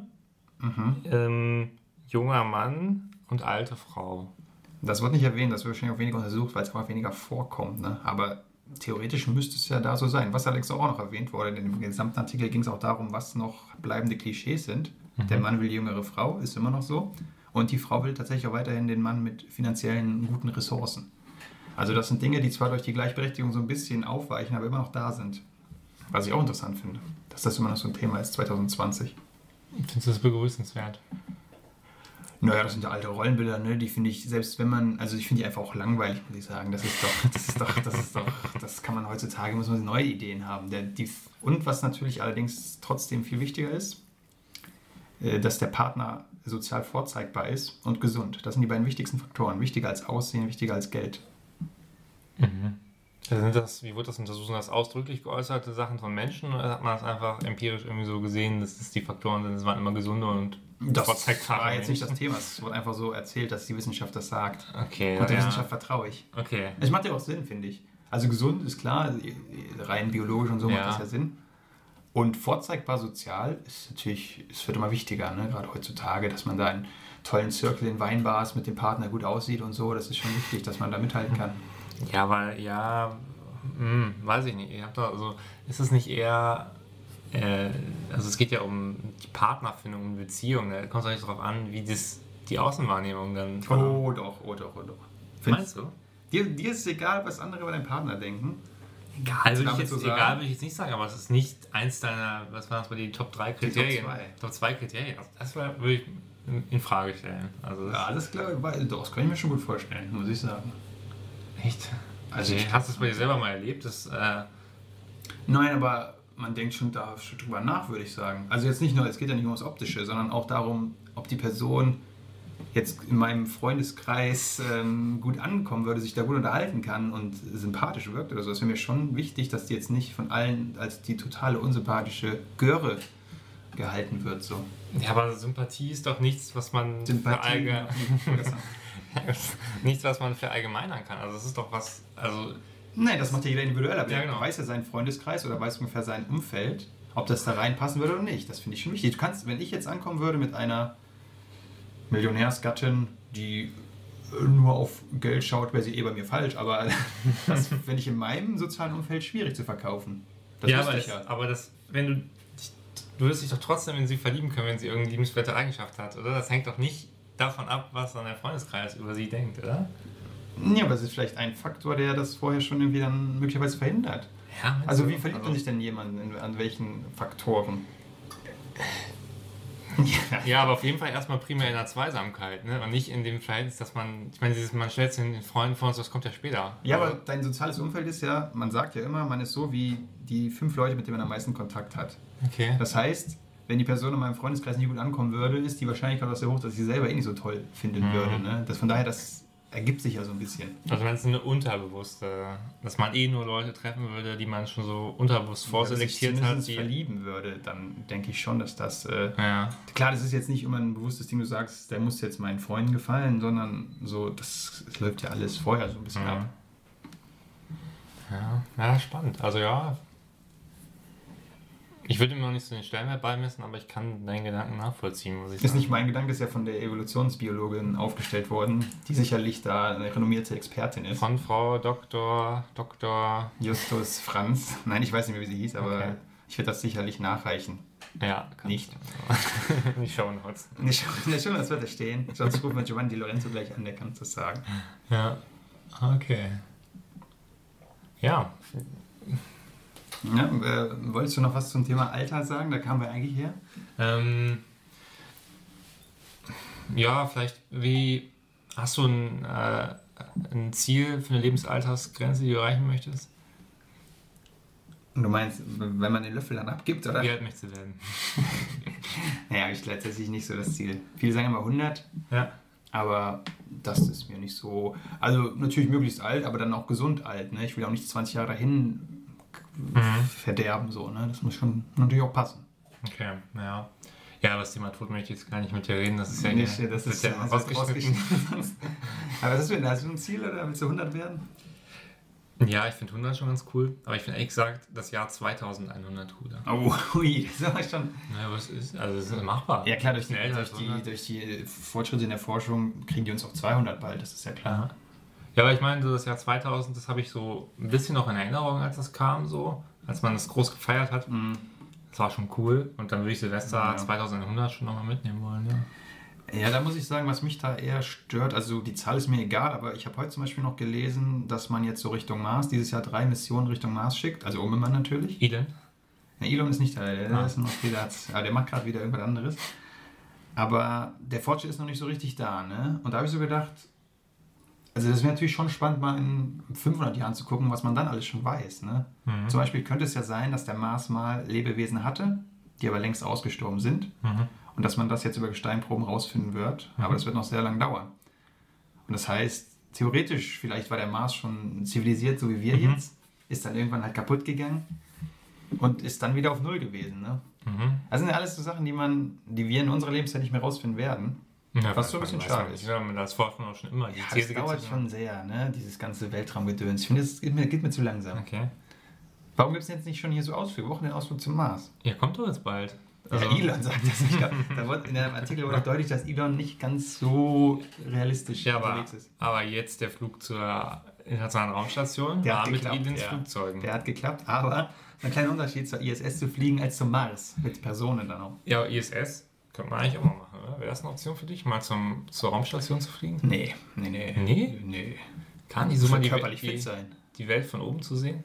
Junger Mann und alte Frau. Das wird nicht erwähnt, das wird wahrscheinlich auch weniger untersucht, weil es einfach weniger vorkommt. Ne? Aber theoretisch müsste es ja da so sein. Was allerdings auch noch erwähnt wurde, in dem gesamten Artikel ging es auch darum, was noch bleibende Klischees sind. Der Mann will die jüngere Frau, ist immer noch so. Und die Frau will tatsächlich auch weiterhin den Mann mit finanziellen guten Ressourcen. Also das sind Dinge, die zwar durch die Gleichberechtigung so ein bisschen aufweichen, aber immer noch da sind. Was ich auch interessant finde, dass das immer noch so ein Thema ist, 2020. Findest du das begrüßenswert? Naja, das sind ja alte Rollenbilder, ne? Die finde ich, selbst wenn man, also ich finde die einfach auch langweilig, muss ich sagen. Das kann man heutzutage, muss man neue Ideen haben. Und was natürlich allerdings trotzdem viel wichtiger ist, dass der Partner sozial vorzeigbar ist und gesund. Das sind die beiden wichtigsten Faktoren. Wichtiger als Aussehen, wichtiger als Geld. Also wie wurde das untersucht? Sind das ausdrücklich geäußerte Sachen von Menschen oder hat man das einfach empirisch irgendwie so gesehen, dass das die Faktoren sind, es waren immer gesunde und das vorzeigbare war jetzt nicht Menschen? das Thema, es wurde einfach so erzählt, dass die Wissenschaft das sagt. Okay, und der Wissenschaft vertraue ich. Okay. Es macht ja auch Sinn, finde ich. Also gesund ist klar, rein biologisch und so macht das ja Sinn. Und vorzeigbar sozial ist natürlich, es wird immer wichtiger, ne? Gerade heutzutage, dass man da einen tollen Circle in Weinbars mit dem Partner gut aussieht und so, das ist schon wichtig, dass man da mithalten kann. Ja, weil, weiß ich nicht. Ist es nicht eher, also es geht ja um die Partnerfindung und Beziehung, da kommt es auch nicht darauf an, wie die Außenwahrnehmung dann... Oh doch. Meinst du? Dir ist es egal, was andere über deinen Partner denken? Egal würde ich jetzt nicht sagen, aber es ist nicht eins deiner, was waren das bei den Top 3 Kriterien? Top 2 Kriterien. Also das würde ich in Frage stellen. Also ja, alles klar, doch, das kann ich mir schon gut vorstellen, muss ich sagen. Echt? Also hast du es bei dir selber mal erlebt? Nein, aber man denkt schon drüber nach, würde ich sagen. Also jetzt nicht nur, es geht ja nicht nur ums Optische, sondern auch darum, ob die Person jetzt in meinem Freundeskreis gut ankommen würde, sich da gut unterhalten kann und sympathisch wirkt oder so. Es wäre mir schon wichtig, dass die jetzt nicht von allen als die totale unsympathische Göre gehalten wird. So. Ja, aber Sympathie ist doch nichts, was man nichts, was man verallgemeinern kann. Also es ist doch was, Nein, das macht ja jeder individuell, aber ja, genau. Weiß ja seinen Freundeskreis oder weiß ungefähr sein Umfeld ob das da reinpassen würde oder nicht. Das finde ich schon wichtig. Du kannst, wenn ich jetzt ankommen würde mit einer Millionärsgattin, die nur auf Geld schaut, wäre sie bei mir falsch, aber das finde ich in meinem sozialen Umfeld schwierig zu verkaufen. Das aber wenn du würdest dich doch trotzdem in sie verlieben können, wenn sie irgendeine liebenswerte Eigenschaft hat, oder? Das hängt doch nicht davon ab, was dann der Freundeskreis über sie denkt, oder? Ja, aber es ist vielleicht ein Faktor, der das vorher schon irgendwie dann möglicherweise verhindert. Ja, also wie verliebt man sich denn jemanden an welchen Faktoren? Ja, aber auf jeden Fall erstmal primär in der Zweisamkeit, ne? Und nicht in dem Verhältnis, dass man stellt sich den Freunden vor uns, das kommt ja später. Ja, aber dein soziales Umfeld ist ja, man sagt ja immer, man ist so wie die 5 Leute, mit denen man am meisten Kontakt hat. Okay. Das heißt, wenn die Person in meinem Freundeskreis nicht gut ankommen würde, ist die Wahrscheinlichkeit auch sehr hoch, dass ich sie selber nicht so toll finden würde. Ne? Von daher, das ergibt sich ja so ein bisschen. Also wenn es eine unterbewusste, dass man nur Leute treffen würde, die man schon so unterbewusst vorselektiert hat. Die verlieben würde, dann denke ich schon, dass das... ja. Klar, das ist jetzt nicht immer ein bewusstes Ding, du sagst, der muss jetzt meinen Freunden gefallen, sondern so, das läuft ja alles vorher so ein bisschen ab. Ja, spannend. Also ja, ich würde ihm noch nicht so den Stellenwert beimessen, aber ich kann deinen Gedanken nachvollziehen, muss ich sagen. Ist nicht mein Gedanke, ist ja von der Evolutionsbiologin aufgestellt worden, die sicherlich da eine renommierte Expertin ist. Von Frau Dr. Justus Franz. Nein, ich weiß nicht mehr, wie sie hieß, aber ich werde das sicherlich nachreichen. Ja, nicht. Die Shownotes. In der Shownotes wird er stehen. Sonst rufen wir Giovanni Di Lorenzo gleich an, der kann es das sagen. Ja, okay. Ja. Ja, wolltest du noch was zum Thema Alter sagen? Da kamen wir eigentlich her. Ja, vielleicht hast du ein Ziel für eine Lebensaltersgrenze, die du erreichen möchtest? Und du meinst, wenn man den Löffel dann abgibt, oder? Wie alt möchtest du werden? Naja, ich tatsächlich nicht so das Ziel. Viele sagen immer 100. Ja. Aber das ist mir nicht so... Also natürlich möglichst alt, aber dann auch gesund alt. Ne? Ich will auch nicht 20 Jahre dahin verderben. So, ne? Das muss schon natürlich auch passen. Okay, ja. Ja, aber das Thema Tod möchte ich jetzt gar nicht mit dir reden. Das ist ja nicht... Das ist ja rausgeschnitten. Aber was hast du denn? Hast du ein Ziel oder willst du 100 werden? Ja, ich finde 100 schon ganz cool, aber ich finde ehrlich gesagt das Jahr 2100 cooler. Oh, hui, das ist aber schon... Ja, aber es ist machbar. Ja klar, durch die Fortschritte in der Forschung kriegen die uns auch 200 bald, das ist ja klar. Ja, aber ich meine, so das Jahr 2000, das habe ich so ein bisschen noch in Erinnerung, als das kam, so, als man das groß gefeiert hat. Das war schon cool und dann würde ich Silvester 2100 schon nochmal mitnehmen wollen, ja. Ja, da muss ich sagen, was mich da eher stört, also die Zahl ist mir egal, aber ich habe heute zum Beispiel noch gelesen, dass man jetzt so Richtung Mars, dieses Jahr 3 Missionen Richtung Mars schickt, also Omemann natürlich. Elon? Ja, Elon ist nicht da, der ist noch der macht gerade wieder irgendwas anderes. Aber der Fortschritt ist noch nicht so richtig da, ne? Und da habe ich so gedacht, also das wäre natürlich schon spannend, mal in 500 Jahren zu gucken, was man dann alles schon weiß, ne? Zum Beispiel könnte es ja sein, dass der Mars mal Lebewesen hatte, die aber längst ausgestorben sind. Und dass man das jetzt über Gesteinproben rausfinden wird. Aber das wird noch sehr lang dauern. Und das heißt, theoretisch, vielleicht war der Mars schon zivilisiert, so wie wir jetzt, ist dann irgendwann halt kaputt gegangen und ist dann wieder auf Null gewesen. Ne? Das sind ja alles so Sachen, die wir in unserer Lebenszeit nicht mehr rausfinden werden. Ja, was so ein bisschen schade ist. Ja, das Forschung auch schon immer. Das dauert schon sehr, ne? Dieses ganze Weltraumgedöns. Ich finde, das geht mir zu langsam. Okay. Warum gibt es jetzt nicht schon hier so Ausflüge? Wo den Ausflug zum Mars? Ja, kommt doch jetzt bald. Also, ja, Elon sagt das. Ich glaub, da wurde in dem Artikel wurde auch deutlich, dass Elon nicht ganz so realistisch unterwegs ist. Aber jetzt der Flug zur Internationalen Raumstation war mit Elons Flugzeugen. Der hat geklappt, aber ein kleiner Unterschied zur ISS zu fliegen als zum Mars, mit Personen dann auch. Ja, ISS könnte man eigentlich auch mal machen, oder? Wäre das eine Option für dich, mal zur Raumstation zu fliegen? Nee. Kann nicht so mal körperlich fit sein. Die Welt von oben zu sehen?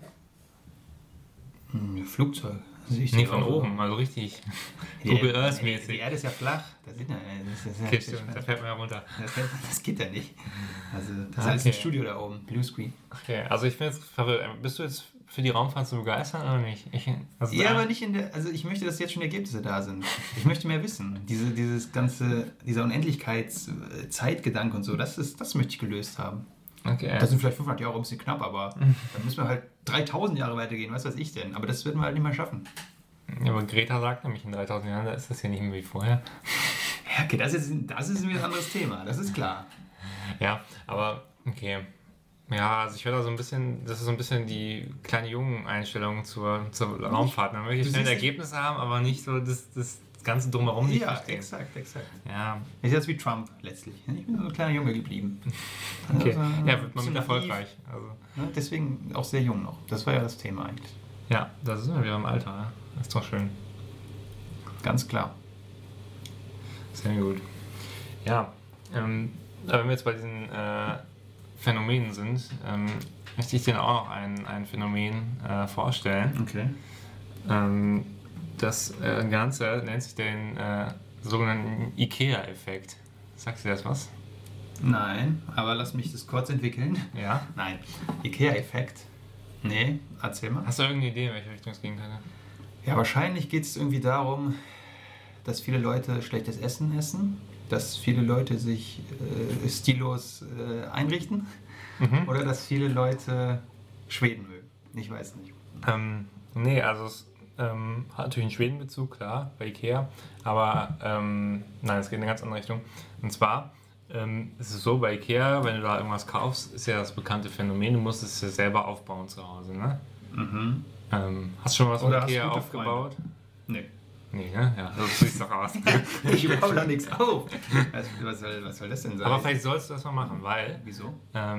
Flugzeug. Nee, von oben, also richtig Google Earth-mäßig. Die Erde ist ja flach. Da fällt man ja runter. Das geht ja nicht. Also, das ist alles ein Studio da oben, Bluescreen. Okay, also ich bin jetzt verwirrt. Bist du jetzt für die Raumfahrt zu begeistern oder nicht? Aber nicht ich möchte, dass jetzt schon Ergebnisse da sind. Ich möchte mehr wissen. Dieser Unendlichkeitszeitgedanke und so, das möchte ich gelöst haben. Okay. Das sind vielleicht 500 Jahre ein bisschen knapp, aber dann müssen wir halt 3000 Jahre weitergehen, was weiß ich denn. Aber das werden wir halt nicht mehr schaffen. Ja, aber Greta sagt nämlich, in 3000 Jahren, da ist das ja nicht mehr wie vorher. Ja, okay, das ist wieder ein anderes Thema, das ist klar. Ja, aber okay. Ja, also ich höre da so ein bisschen, das ist so ein bisschen die kleine Jungen-Einstellung zur Raumfahrt. Man möchte schnell Ergebnisse haben, aber nicht so das Ganze drumherum nicht verstehen. Exakt. Ja. Ist jetzt wie Trump letztlich. Ich bin so ein kleiner Junge geblieben. Okay. Also, Ja, wird man mit erfolgreich. Also. Ja, deswegen auch sehr jung noch. Das war ja das Thema eigentlich. Ja, das sind wir wieder im Alter. Ja. Das ist doch schön. Ganz klar. Sehr gut. Ja, aber wenn wir jetzt bei diesen Phänomenen sind, möchte ich dir auch noch ein Phänomen vorstellen. Okay. Das Ganze nennt sich den sogenannten IKEA-Effekt. Sagt dir das was? Nein, aber lass mich das kurz entwickeln. Ja? Nein. IKEA-Effekt? Nee, erzähl mal. Hast du irgendeine Idee, in welche Richtung es gehen könnte? Ja, wahrscheinlich geht es irgendwie darum, dass viele Leute schlechtes Essen essen, dass viele Leute sich stillos einrichten oder dass viele Leute Schweden mögen. Ich weiß nicht. Nee, also es hat natürlich einen Schwedenbezug, klar, bei Ikea, aber nein, es geht in eine ganz andere Richtung. Und zwar ist es so, bei Ikea, wenn du da irgendwas kaufst, ist ja das bekannte Phänomen, du musst es ja selber aufbauen zu Hause, ne? Mhm. Hast du schon was Oder mit Ikea hast gute aufgebaut? Nee. Nee, ne? Ja, so sieht es doch aus. Ich baue da nichts auf. Was soll das denn sein? Aber vielleicht sollst du das mal machen, weil... Wieso?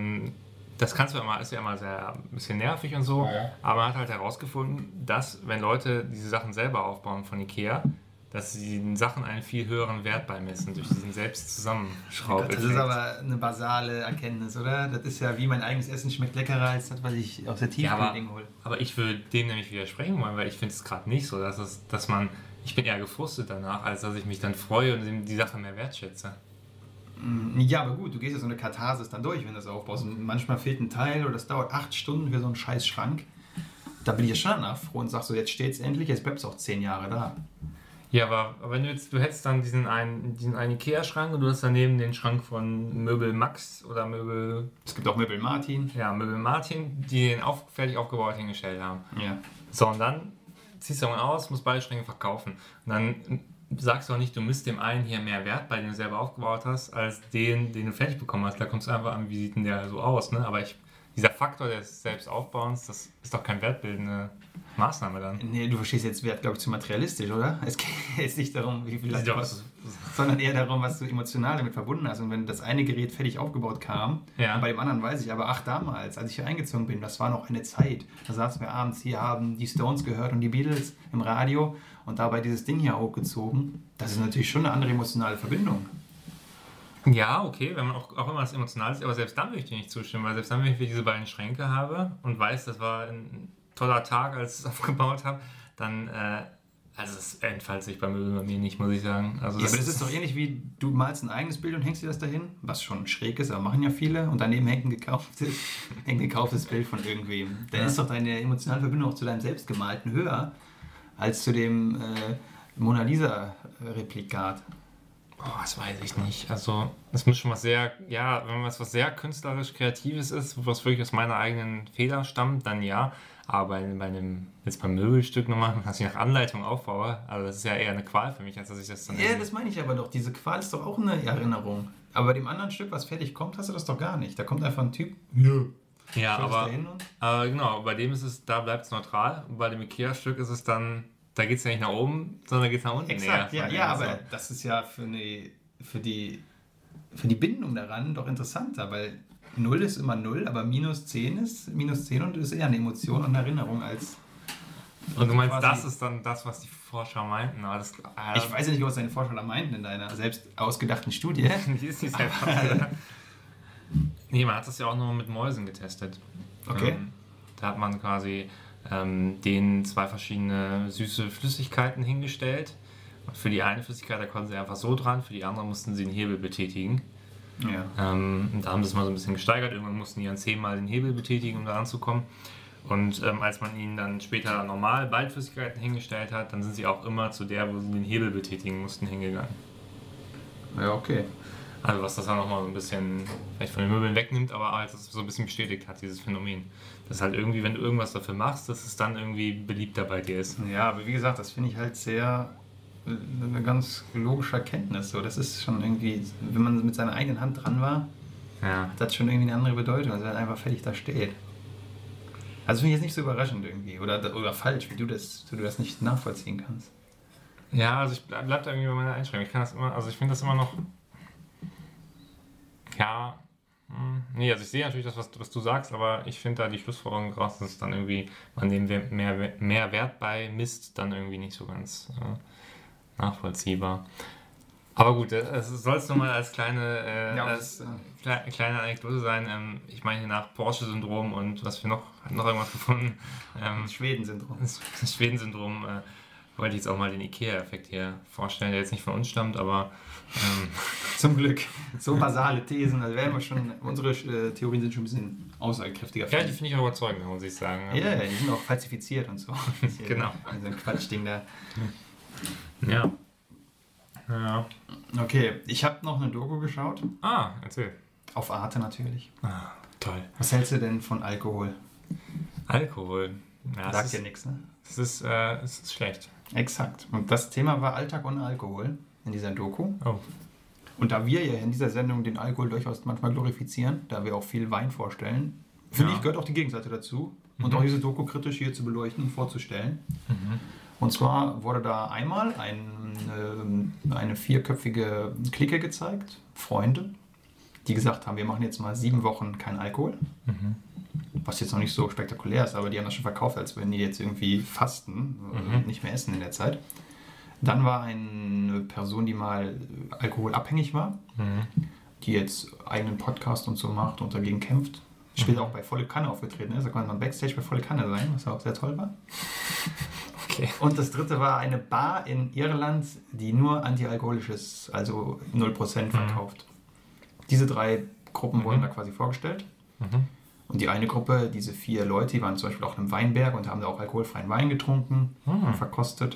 Das kannst du immer, ist ja immer sehr ein bisschen nervig und so, aber man hat halt herausgefunden, dass wenn Leute diese Sachen selber aufbauen von Ikea, dass sie den Sachen einen viel höheren Wert beimessen durch diesen Selbstzusammenschraubeffekt. Das ist aber eine basale Erkenntnis, oder? Das ist ja wie mein eigenes Essen schmeckt leckerer als das, was ich aus der Tiefkühlung hole. Aber ich würde dem nämlich widersprechen wollen, weil ich finde es gerade nicht so, dass man, ich bin eher gefrustet danach, als dass ich mich dann freue und die Sache mehr wertschätze. Ja, aber gut, du gehst ja so eine Katharsis dann durch, wenn du das aufbaust. Und manchmal fehlt ein Teil oder das dauert 8 Stunden für so einen scheiß Schrank. Da bin ich ja schon danach froh und sag so, jetzt steht's endlich, jetzt bleibst du auch 10 Jahre da. Ja, aber wenn du hättest dann diesen einen Ikea-Schrank und du hast daneben den Schrank von Möbel Max oder Möbel... Es gibt auch Möbel Martin. Ja, Möbel Martin, die den fertig aufgebaut hingestellt haben. Ja. So, und dann ziehst du irgendwann aus, musst beide Schränke verkaufen. Und dann sagst du auch nicht, du misst dem einen hier mehr Wert, bei dem du selber aufgebaut hast, als den du fertig bekommen hast. Da kommst du einfach an, wie sieht denn der so aus, ne? Aber dieser Faktor des Selbstaufbauens, das ist doch keine wertbildende Maßnahme dann. Nee, du verstehst jetzt Wert, glaube ich, zu materialistisch, oder? Es geht jetzt nicht darum, wie viel das sondern eher darum, was du emotional damit verbunden hast. Und wenn das eine Gerät fertig aufgebaut kam, und bei dem anderen weiß ich, aber damals, als ich hier eingezogen bin, das war noch eine Zeit. Da saßen wir abends hier, haben die Stones gehört und die Beatles im Radio und dabei dieses Ding hier hochgezogen. Das ist natürlich schon eine andere emotionale Verbindung. Ja, okay, wenn man auch wenn man das emotional ist, aber selbst dann würde ich dir nicht zustimmen, weil selbst dann, wenn ich diese beiden Schränke habe und weiß, das war ein toller Tag, als ich es aufgebaut habe, dann, also es entfaltet sich bei Möbeln bei mir nicht, muss ich sagen. Also ja, aber das ist doch ähnlich wie, du malst ein eigenes Bild und hängst dir das dahin, was schon schräg ist, aber machen ja viele, und daneben hängt ein gekauftes Bild von irgendwem. Dann ist doch deine emotionale Verbindung auch zu deinem selbstgemalten höher, als zu dem Mona Lisa-Replikat. Oh, das weiß ich nicht. Also, das muss schon was sehr, ja, wenn was sehr künstlerisch Kreatives ist, was wirklich aus meiner eigenen Feder stammt, dann ja. Aber beim Möbelstück nochmal, was ich nach Anleitung aufbaue, also das ist ja eher eine Qual für mich, als dass ich das dann... Ja, das meine ich aber doch. Diese Qual ist doch auch eine Erinnerung. Aber bei dem anderen Stück, was fertig kommt, hast du das doch gar nicht. Da kommt einfach ein Typ. Ja, aber genau, bei dem ist es, da bleibt es neutral. Und bei dem Ikea-Stück ist es dann... Da geht es ja nicht nach oben, sondern geht es nach unten. Exakt, ja, aber das ist ja für die Bindung daran doch interessanter, weil 0 ist immer 0, aber minus 10 ist minus 10 und ist eher eine Emotion und eine Erinnerung als... Und du meinst, das ist dann das, was die Forscher meinten? Aber das, ich weiß ja nicht, was deine Forscher da meinten in deiner selbst ausgedachten Studie. Die ist nicht selbst Nee, man hat das ja auch nur mit Mäusen getestet. Okay. Da hat man quasi... denen 2 verschiedene süße Flüssigkeiten hingestellt. Und für die eine Flüssigkeit, da konnten sie einfach so dran, für die andere mussten sie den Hebel betätigen. Ja. Und da haben sie es mal so ein bisschen gesteigert. Irgendwann mussten die dann 10-mal den Hebel betätigen, um da ranzukommen. Und als man ihnen dann später normal Baldflüssigkeiten hingestellt hat, dann sind sie auch immer zu der, wo sie den Hebel betätigen mussten, hingegangen. Ja, okay. Also was das dann nochmal so ein bisschen vielleicht von den Möbeln wegnimmt, aber halt das so ein bisschen bestätigt hat, dieses Phänomen. Dass halt irgendwie, wenn du irgendwas dafür machst, dass es dann irgendwie beliebter bei dir ist. Ja, aber wie gesagt, das finde ich halt sehr eine ganz logische Erkenntnis. So, das ist schon irgendwie, wenn man mit seiner eigenen Hand dran war, Ja. Das hat schon irgendwie eine andere Bedeutung, als er einfach fertig da steht. Also finde ich jetzt nicht so überraschend irgendwie. Oder falsch, wie du das nicht nachvollziehen kannst. Ja, also ich bleib da irgendwie bei meiner Einschränkung. Ich finde das immer noch. Ja. Nee, also ich sehe natürlich das, was du sagst, aber ich finde da die Schlussfolgerung raus, dass dann irgendwie man dem mehr Wert bei misst, dann irgendwie nicht so ganz nachvollziehbar. Aber gut, es soll es nochmal als kleine Anekdote sein. Ich meine, nach Porsche-Syndrom und was wir noch irgendwas gefunden. Das Schweden-Syndrom. Das Schweden-Syndrom wollte ich jetzt auch mal den IKEA-Effekt hier vorstellen, der jetzt nicht von uns stammt, aber zum Glück. So basale Thesen, also werden wir schon, unsere Theorien sind schon ein bisschen aussagekräftiger. Ja, die finde ich auch überzeugend, muss ich sagen. Ja, die sind auch falsifiziert und so. Genau. So ein Quatschding da. Ja. Okay, ich habe noch eine Doku geschaut. Erzähl. Auf Arte natürlich. Toll. Was hältst du denn von Alkohol? Alkohol? Ja, sagt dir nichts, ne? Es ist schlecht. Exakt. Und das Thema war Alltag ohne Alkohol in dieser Doku. Oh. Und da wir ja in dieser Sendung den Alkohol durchaus manchmal glorifizieren, da wir auch viel Wein vorstellen, finde ich, gehört auch die Gegenseite dazu. Und auch diese Doku kritisch hier zu beleuchten und vorzustellen. Und zwar wurde da einmal eine 4-köpfige Clique gezeigt, Freunde, die gesagt haben, wir machen jetzt mal 7 Wochen kein Alkohol. Was jetzt noch nicht so spektakulär ist, aber die haben das schon verkauft, als wenn die jetzt irgendwie fasten und nicht mehr essen in der Zeit. Dann war eine Person, die mal alkoholabhängig war, die jetzt eigenen Podcast und so macht und dagegen kämpft. Später auch bei Volle Kanne aufgetreten ist. Da konnte man Backstage bei Volle Kanne sein, was auch sehr toll war. Okay. Und das dritte war eine Bar in Irland, die nur antialkoholisches, also 0% verkauft. Diese 3 Gruppen wurden da quasi vorgestellt. Und die eine Gruppe, diese 4 Leute, die waren zum Beispiel auch in einem Weinberg und haben da auch alkoholfreien Wein getrunken und verkostet.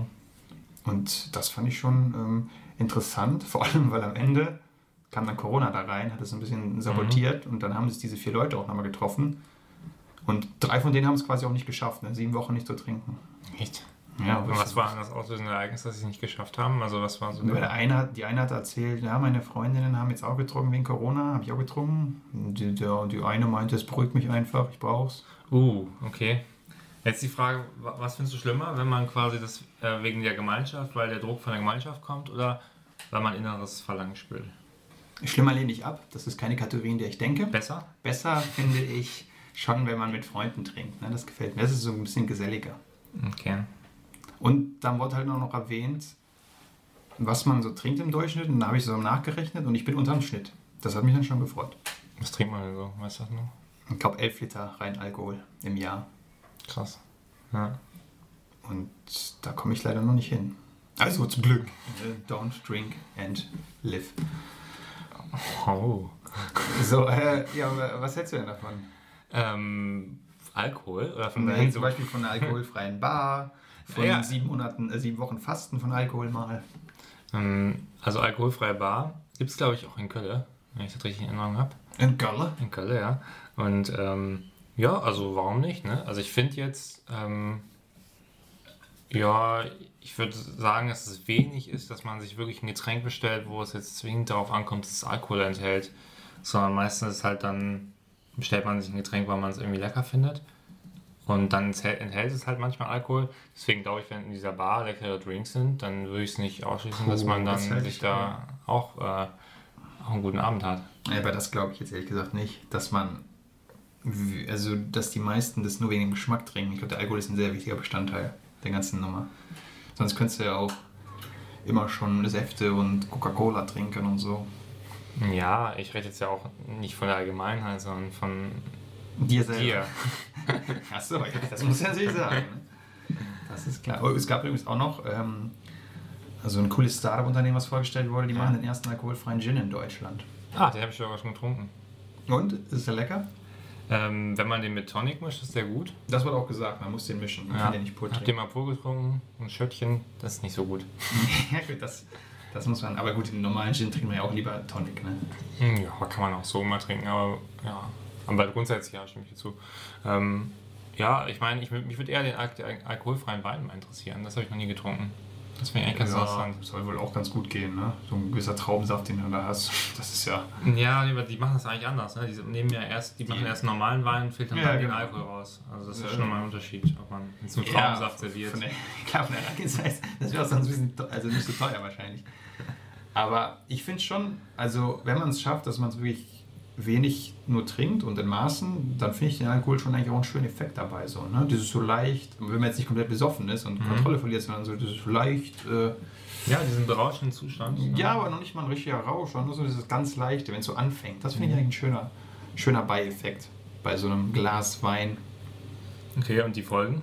Und das fand ich schon interessant, vor allem, weil am Ende kam dann Corona da rein, hat es ein bisschen sabotiert und dann haben sich diese 4 Leute auch nochmal getroffen. Und 3 von denen haben es quasi auch nicht geschafft, 7 Wochen nicht zu trinken. Echt? Ja, und was war das auslösende Ereignis, dass sie es nicht geschafft haben? Also was war so die eine hat erzählt, ja, meine Freundinnen haben jetzt auch getrunken wegen Corona, habe ich auch getrunken. Die eine meinte, es beruhigt mich einfach, ich brauch's. Okay. Jetzt die Frage, was findest du schlimmer, wenn man quasi das wegen der Gemeinschaft, weil der Druck von der Gemeinschaft kommt oder weil man inneres Verlangen spürt? Schlimmer lehne ich ab, das ist keine Kategorie, in der ich denke. Besser? Besser finde ich schon, wenn man mit Freunden trinkt, ne? Das gefällt mir, das ist so ein bisschen geselliger. Okay. Und dann wurde halt auch noch erwähnt, was man so trinkt im Durchschnitt. Und da habe ich so nachgerechnet und ich bin unterm Schnitt. Das hat mich dann schon gefreut. Was trinkt man denn so? Weißt du das noch? Ich glaube 11 Liter rein Alkohol im Jahr. Krass. Ja. Und da komme ich leider noch nicht hin. Also zum Glück. Don't drink and live. Oh. So, ja, was hältst du denn davon? Alkohol? Oder Zum Beispiel von einer alkoholfreien Bar, von 7 Wochen Fasten von Alkohol mal. Also alkoholfreie Bar gibt es, glaube ich, auch in Köln, wenn ich das richtig in Erinnerung habe. In Köln? In Köln, ja. Und ja, also warum nicht, ne? Also ich finde jetzt, ja, ich würde sagen, dass es wenig ist, dass man sich wirklich ein Getränk bestellt, wo es jetzt zwingend darauf ankommt, dass es Alkohol enthält, sondern meistens ist halt dann, bestellt man sich ein Getränk, weil man es irgendwie lecker findet. Und dann enthält es halt manchmal Alkohol. Deswegen glaube ich, wenn in dieser Bar leckere Drinks sind, dann würde ich es nicht ausschließen, dass man dann sich da auch einen guten Abend hat. Ja, aber das glaube ich jetzt ehrlich gesagt nicht, dass die meisten das nur wegen dem Geschmack trinken. Ich glaube, der Alkohol ist ein sehr wichtiger Bestandteil der ganzen Nummer. Sonst könntest du ja auch immer schon Säfte und Coca-Cola trinken und so. Ja, ich rede jetzt ja auch nicht von der Allgemeinheit, sondern von dir selber. Achso, das muss ich natürlich sagen. Das ist klar. Oh, es gab übrigens auch noch also ein cooles Startup-Unternehmen, was vorgestellt wurde. Die machen den ersten alkoholfreien Gin in Deutschland. Den habe ich sogar schon getrunken. Und? Ist der lecker? Wenn man den mit Tonic mischt, ist der gut. Das wurde auch gesagt, man muss den mischen. Man kann den nicht pur trinken. Ich habe den mal pur getrunken, ein Schöttchen, das ist nicht so gut. Ja gut, das muss man, aber gut, den normalen Gin trinkt man ja auch lieber Tonic, ne? Ja, kann man auch so mal trinken, aber ja. Aber grundsätzlich ja, stimme ich dazu. Ja, ich meine, mich würde eher den alkoholfreien Wein mal interessieren, das habe ich noch nie getrunken. Das finde ich eigentlich ganz interessant. Soll wohl auch ganz gut gehen, ne? So ein gewisser Traubensaft, den du da hast. Das ist ja... Ja, die machen das eigentlich anders, ne? Die machen erst normalen Wein und filtern dann den Alkohol raus. Also das ist schon mal ein Unterschied, ob man jetzt so Traubensaft serviert. Von der Herangehensweise, das wäre auch sonst ein bisschen, also nicht so teuer wahrscheinlich. Aber ich finde schon, also wenn man es schafft, dass man es wirklich wenig nur trinkt und in Maßen, dann finde ich den Alkohol schon eigentlich auch einen schönen Effekt dabei. So, ne? Das ist so leicht, wenn man jetzt nicht komplett besoffen ist und Kontrolle verliert, sondern so, das ist so leicht... ja, diesen berauschenden Zustand. Ja, aber noch nicht mal ein richtiger Rausch, sondern nur so dieses ganz Leichte, wenn es so anfängt. Das finde ich eigentlich ein schöner Beieffekt bei so einem Glas Wein. Okay, und die Folgen?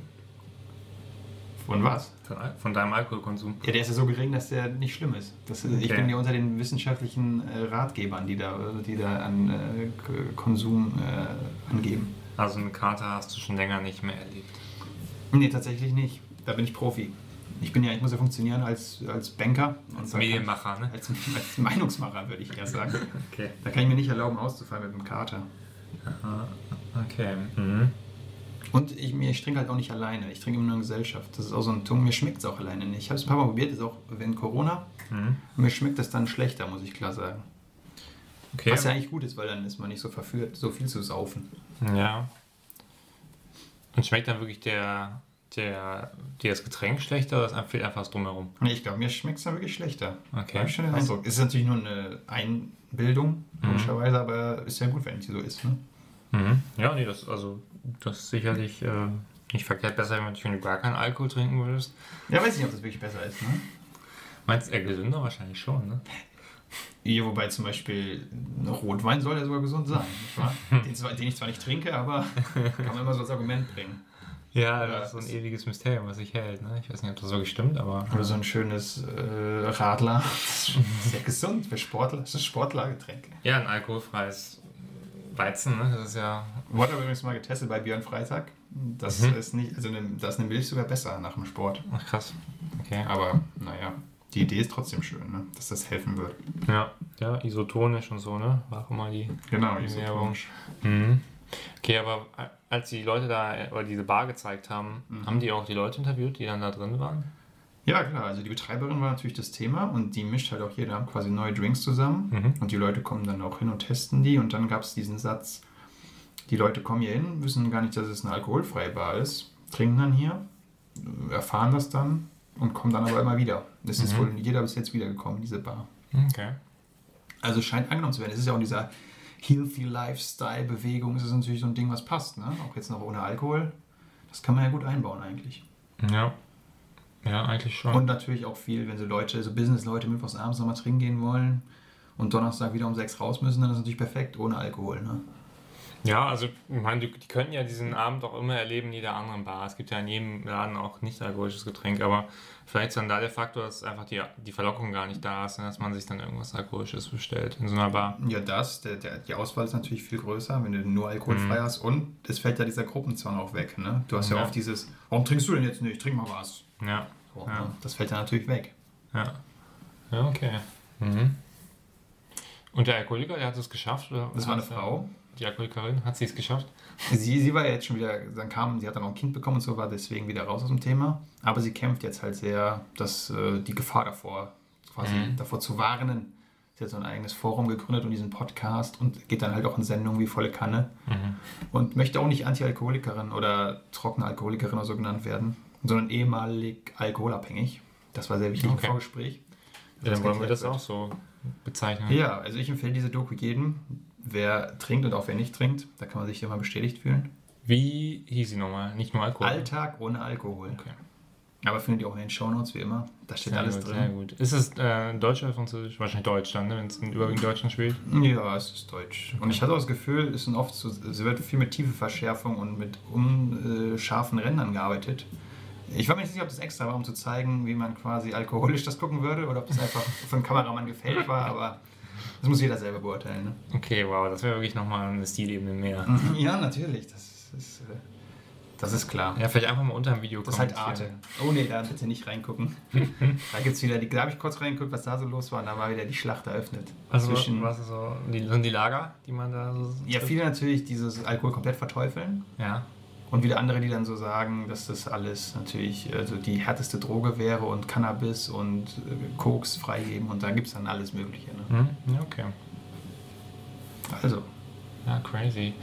Von was? Von deinem Alkoholkonsum? Ja, der ist ja so gering, dass der nicht schlimm ist. Ich bin ja unter den wissenschaftlichen Ratgebern, die da an Konsum angeben. Also eine Karte hast du schon länger nicht mehr erlebt? Nee, tatsächlich nicht. Da bin ich Profi. Ich muss ja funktionieren als Banker. Als Medienmacher, ne? Als Meinungsmacher, würde ich eher sagen. Okay. Da kann ich mir nicht erlauben, auszufallen mit einem Kater. Aha. Okay. Mhm. Und ich trinke halt auch nicht alleine. Ich trinke immer nur in Gesellschaft. Das ist auch so ein Tung. Mir schmeckt es auch alleine nicht. Ich habe es ein paar Mal probiert, das ist auch während Corona. Mir schmeckt das dann schlechter, muss ich klar sagen. Okay. Was ja eigentlich gut ist, weil dann ist man nicht so verführt, so viel zu saufen. Ja. Und schmeckt dann wirklich das Getränk schlechter oder fehlt einfach was drumherum? Nee, ich glaube, mir schmeckt es dann wirklich schlechter. Okay. Habe ich schon den Eindruck. Ist natürlich nur eine Einbildung, logischerweise, aber ist ja gut, wenn die so ist. Ne? Ja, nee, das ist sicherlich nicht verkehrt. Besser, wenn du gar keinen Alkohol trinken würdest. Ja, weiß nicht, ob das wirklich besser ist. Ne? Meinst du eher gesünder? Wahrscheinlich schon, ne? Ja, wobei zum Beispiel Rotwein soll ja sogar gesund sein, nicht wahr? Den ich zwar nicht trinke, aber kann man immer so als Argument bringen. Ja, das ist so ein ewiges Mysterium, was sich hält. Ne? Ich weiß nicht, ob das wirklich stimmt, aber... Oder so ein schönes Radler. Das ist sehr gesund für Sportler. Das ist Sportlergetränk. Ja, ein alkoholfreies Weizen, ne? Das ist ja... Wurde aber übrigens mal getestet bei Björn Freitag. Das ist nicht, also da ist eine Milch sogar besser nach dem Sport. Ach krass. Okay. Aber naja, die Idee ist trotzdem schön, ne? Dass das helfen wird. Ja, isotonisch und so, ne? War auch immer die... Genau, isotonisch. Okay, aber als die Leute da oder diese Bar gezeigt haben, haben die auch die Leute interviewt, die dann da drin waren? Ja, klar. Also die Betreiberin war natürlich das Thema und die mischt halt auch jeder quasi neue Drinks zusammen. Und die Leute kommen dann auch hin und testen die. Und dann gab es diesen Satz, die Leute kommen hier hin, wissen gar nicht, dass es eine alkoholfreie Bar ist, trinken dann hier, erfahren das dann und kommen dann aber immer wieder. Das ist wohl jeder bis jetzt wiedergekommen, diese Bar. Okay. Also scheint angenommen zu werden. Es ist ja auch in dieser Healthy Lifestyle-Bewegung, ist es natürlich so ein Ding, was passt, ne? Auch jetzt noch ohne Alkohol. Das kann man ja gut einbauen eigentlich. Ja, eigentlich schon. Und natürlich auch viel, wenn so Business-Leute mittwochs abends nochmal trinken gehen wollen und Donnerstag wieder um 6 raus müssen, dann ist es natürlich perfekt ohne Alkohol, ne? Ja, also ich meine, die könnten ja diesen Abend auch immer erleben in jeder anderen Bar. Es gibt ja in jedem Laden auch nicht alkoholisches Getränk, aber vielleicht ist dann da der Faktor, dass einfach die Verlockung gar nicht da ist, dass man sich dann irgendwas Alkoholisches bestellt in so einer Bar. Ja, die Auswahl ist natürlich viel größer, wenn du nur alkoholfrei hast und es fällt ja dieser Gruppenzwang auch weg, ne? Du hast ja oft dieses, warum trinkst du denn jetzt nicht? Trink mal was. Ja. So, ja. Das fällt ja natürlich weg. Ja, okay. Und der Alkoholiker, der hat es geschafft? Oder? Das war eine Frau. Die Alkoholikerin, hat sie es geschafft? Sie war ja jetzt schon wieder, sie hat dann auch ein Kind bekommen und so, war deswegen wieder raus aus dem Thema. Aber sie kämpft jetzt halt sehr, die Gefahr davor zu warnen. Sie hat so ein eigenes Forum gegründet und diesen Podcast und geht dann halt auch in Sendungen wie Volle Kanne. Und möchte auch nicht Anti-Alkoholikerin oder trockene Alkoholikerin oder so genannt werden, sondern ehemalig alkoholabhängig. Das war sehr wichtig im Vorgespräch. Ja, dann wollen wir das auch so bezeichnen. Ja, also ich empfehle diese Doku jedem, wer trinkt und auch wer nicht trinkt. Da kann man sich immer bestätigt fühlen. Wie hieß sie nochmal? Nicht nur Alkohol? Alltag ohne Alkohol. Okay. Aber findet ihr auch in den Shownotes wie immer. Da steht alles drin. Sehr gut. Ist es Deutsch oder Französisch? Wahrscheinlich Deutsch dann, ne? Wenn es überwiegend Deutschland spielt. Ja, es ist Deutsch. Und ich hatte auch das Gefühl, es wird viel mit Tiefeverschärfung und mit unscharfen Rändern gearbeitet. Ich war mir nicht sicher, ob das extra war, um zu zeigen, wie man quasi alkoholisch das gucken würde oder ob das einfach für einen Kameramann gefällt war, aber das muss jeder selber beurteilen. Ne? Okay, wow, das wäre wirklich nochmal eine Stilebene mehr. Ja, natürlich, das ist klar. Ja, vielleicht einfach mal unter dem Video Das ist halt Arte. Oh nee, da bitte nicht reingucken. Da gibt's wieder da habe ich kurz reingeguckt, was da so los war und da war wieder die Schlacht eröffnet. Also was ist so, sind die Lager, die man da so... Ja, viele natürlich dieses Alkohol komplett verteufeln. Ja. Und wieder andere, die dann so sagen, dass das alles natürlich also die härteste Droge wäre und Cannabis und Koks freigeben und da gibt es dann alles Mögliche. Ne? Ja, okay. Also. Ja, crazy.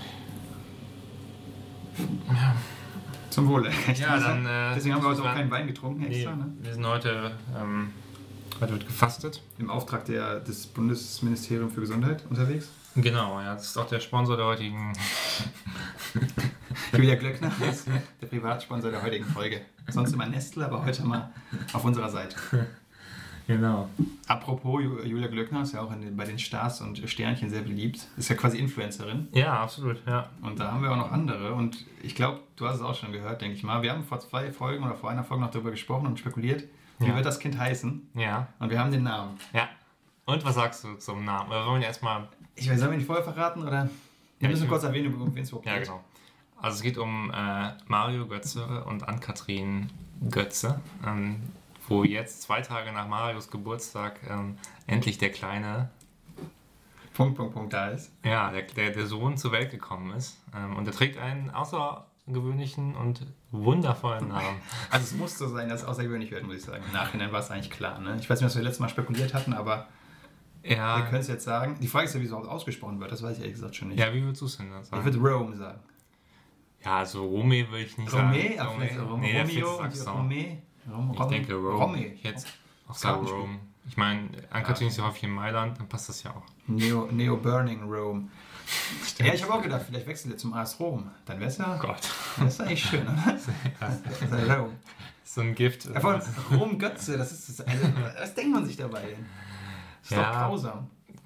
Ja. Zum Wohle. Ja, dann, deswegen haben wir heute auch keinen Wein getrunken extra. Nee, ne? wir sind heute wird gefastet. Im Auftrag des Bundesministeriums für Gesundheit unterwegs. Genau, ja, das ist auch der Sponsor der heutigen... Julia Glöckner ist der Privatsponsor der heutigen Folge. Sonst immer Nestle, aber heute mal auf unserer Seite. Genau. Apropos, Julia Glöckner ist ja auch bei den Stars und Sternchen sehr beliebt. Ist ja quasi Influencerin. Ja, absolut, ja. Und da haben wir auch noch andere. Und ich glaube, du hast es auch schon gehört, denke ich mal. Wir haben vor 2 Folgen oder vor einer Folge noch darüber gesprochen und spekuliert, wie wird das Kind heißen. Ja. Und wir haben den Namen. Ja. Und was sagst du zum Namen? Oder wollen wir erstmal... Ich weiß, sollen wir ihn vorher verraten? Oder? Wir müssen kurz erwähnen, um wen es überhaupt geht. Ja, genau. Also es geht um Mario Götze und Ann-Kathrin Götze, wo jetzt 2 Tage nach Marios Geburtstag endlich der kleine da ist. Ja, der Sohn zur Welt gekommen ist. Und er trägt einen außergewöhnlichen und wundervollen Namen. Also es muss so sein, dass es außergewöhnlich wird, muss ich sagen. Im Nachhinein war es eigentlich klar. Ne? Ich weiß nicht, was wir letztes Mal spekuliert hatten, aber ja. Wir können es jetzt sagen. Die Frage ist ja, wie es ausgesprochen wird. Das weiß ich ehrlich gesagt schon nicht. Ja, wie würdest du es denn sagen? Ich würde Rome sagen. Ja, also Rome würde ich nicht sagen. Romeo? Nee, der Fitz Romeo? sagst du. Ich denke Rome. Ich hätte auch sagen Rome. Ich meine, Ann-Kathrin ist ja häufig in Mailand, dann passt das ja auch. Neo Burning Rome. Stimmt. Ja, ich habe auch gedacht, vielleicht wechselt er zum AS Rom. Dann wäre es ja... Gott. Das ist eigentlich schön, oder? Das ist ja Rome. So ein Gift. Von Rom Götze, das ist das. Also, was denkt man sich dabei denn? Das ist doch grausam.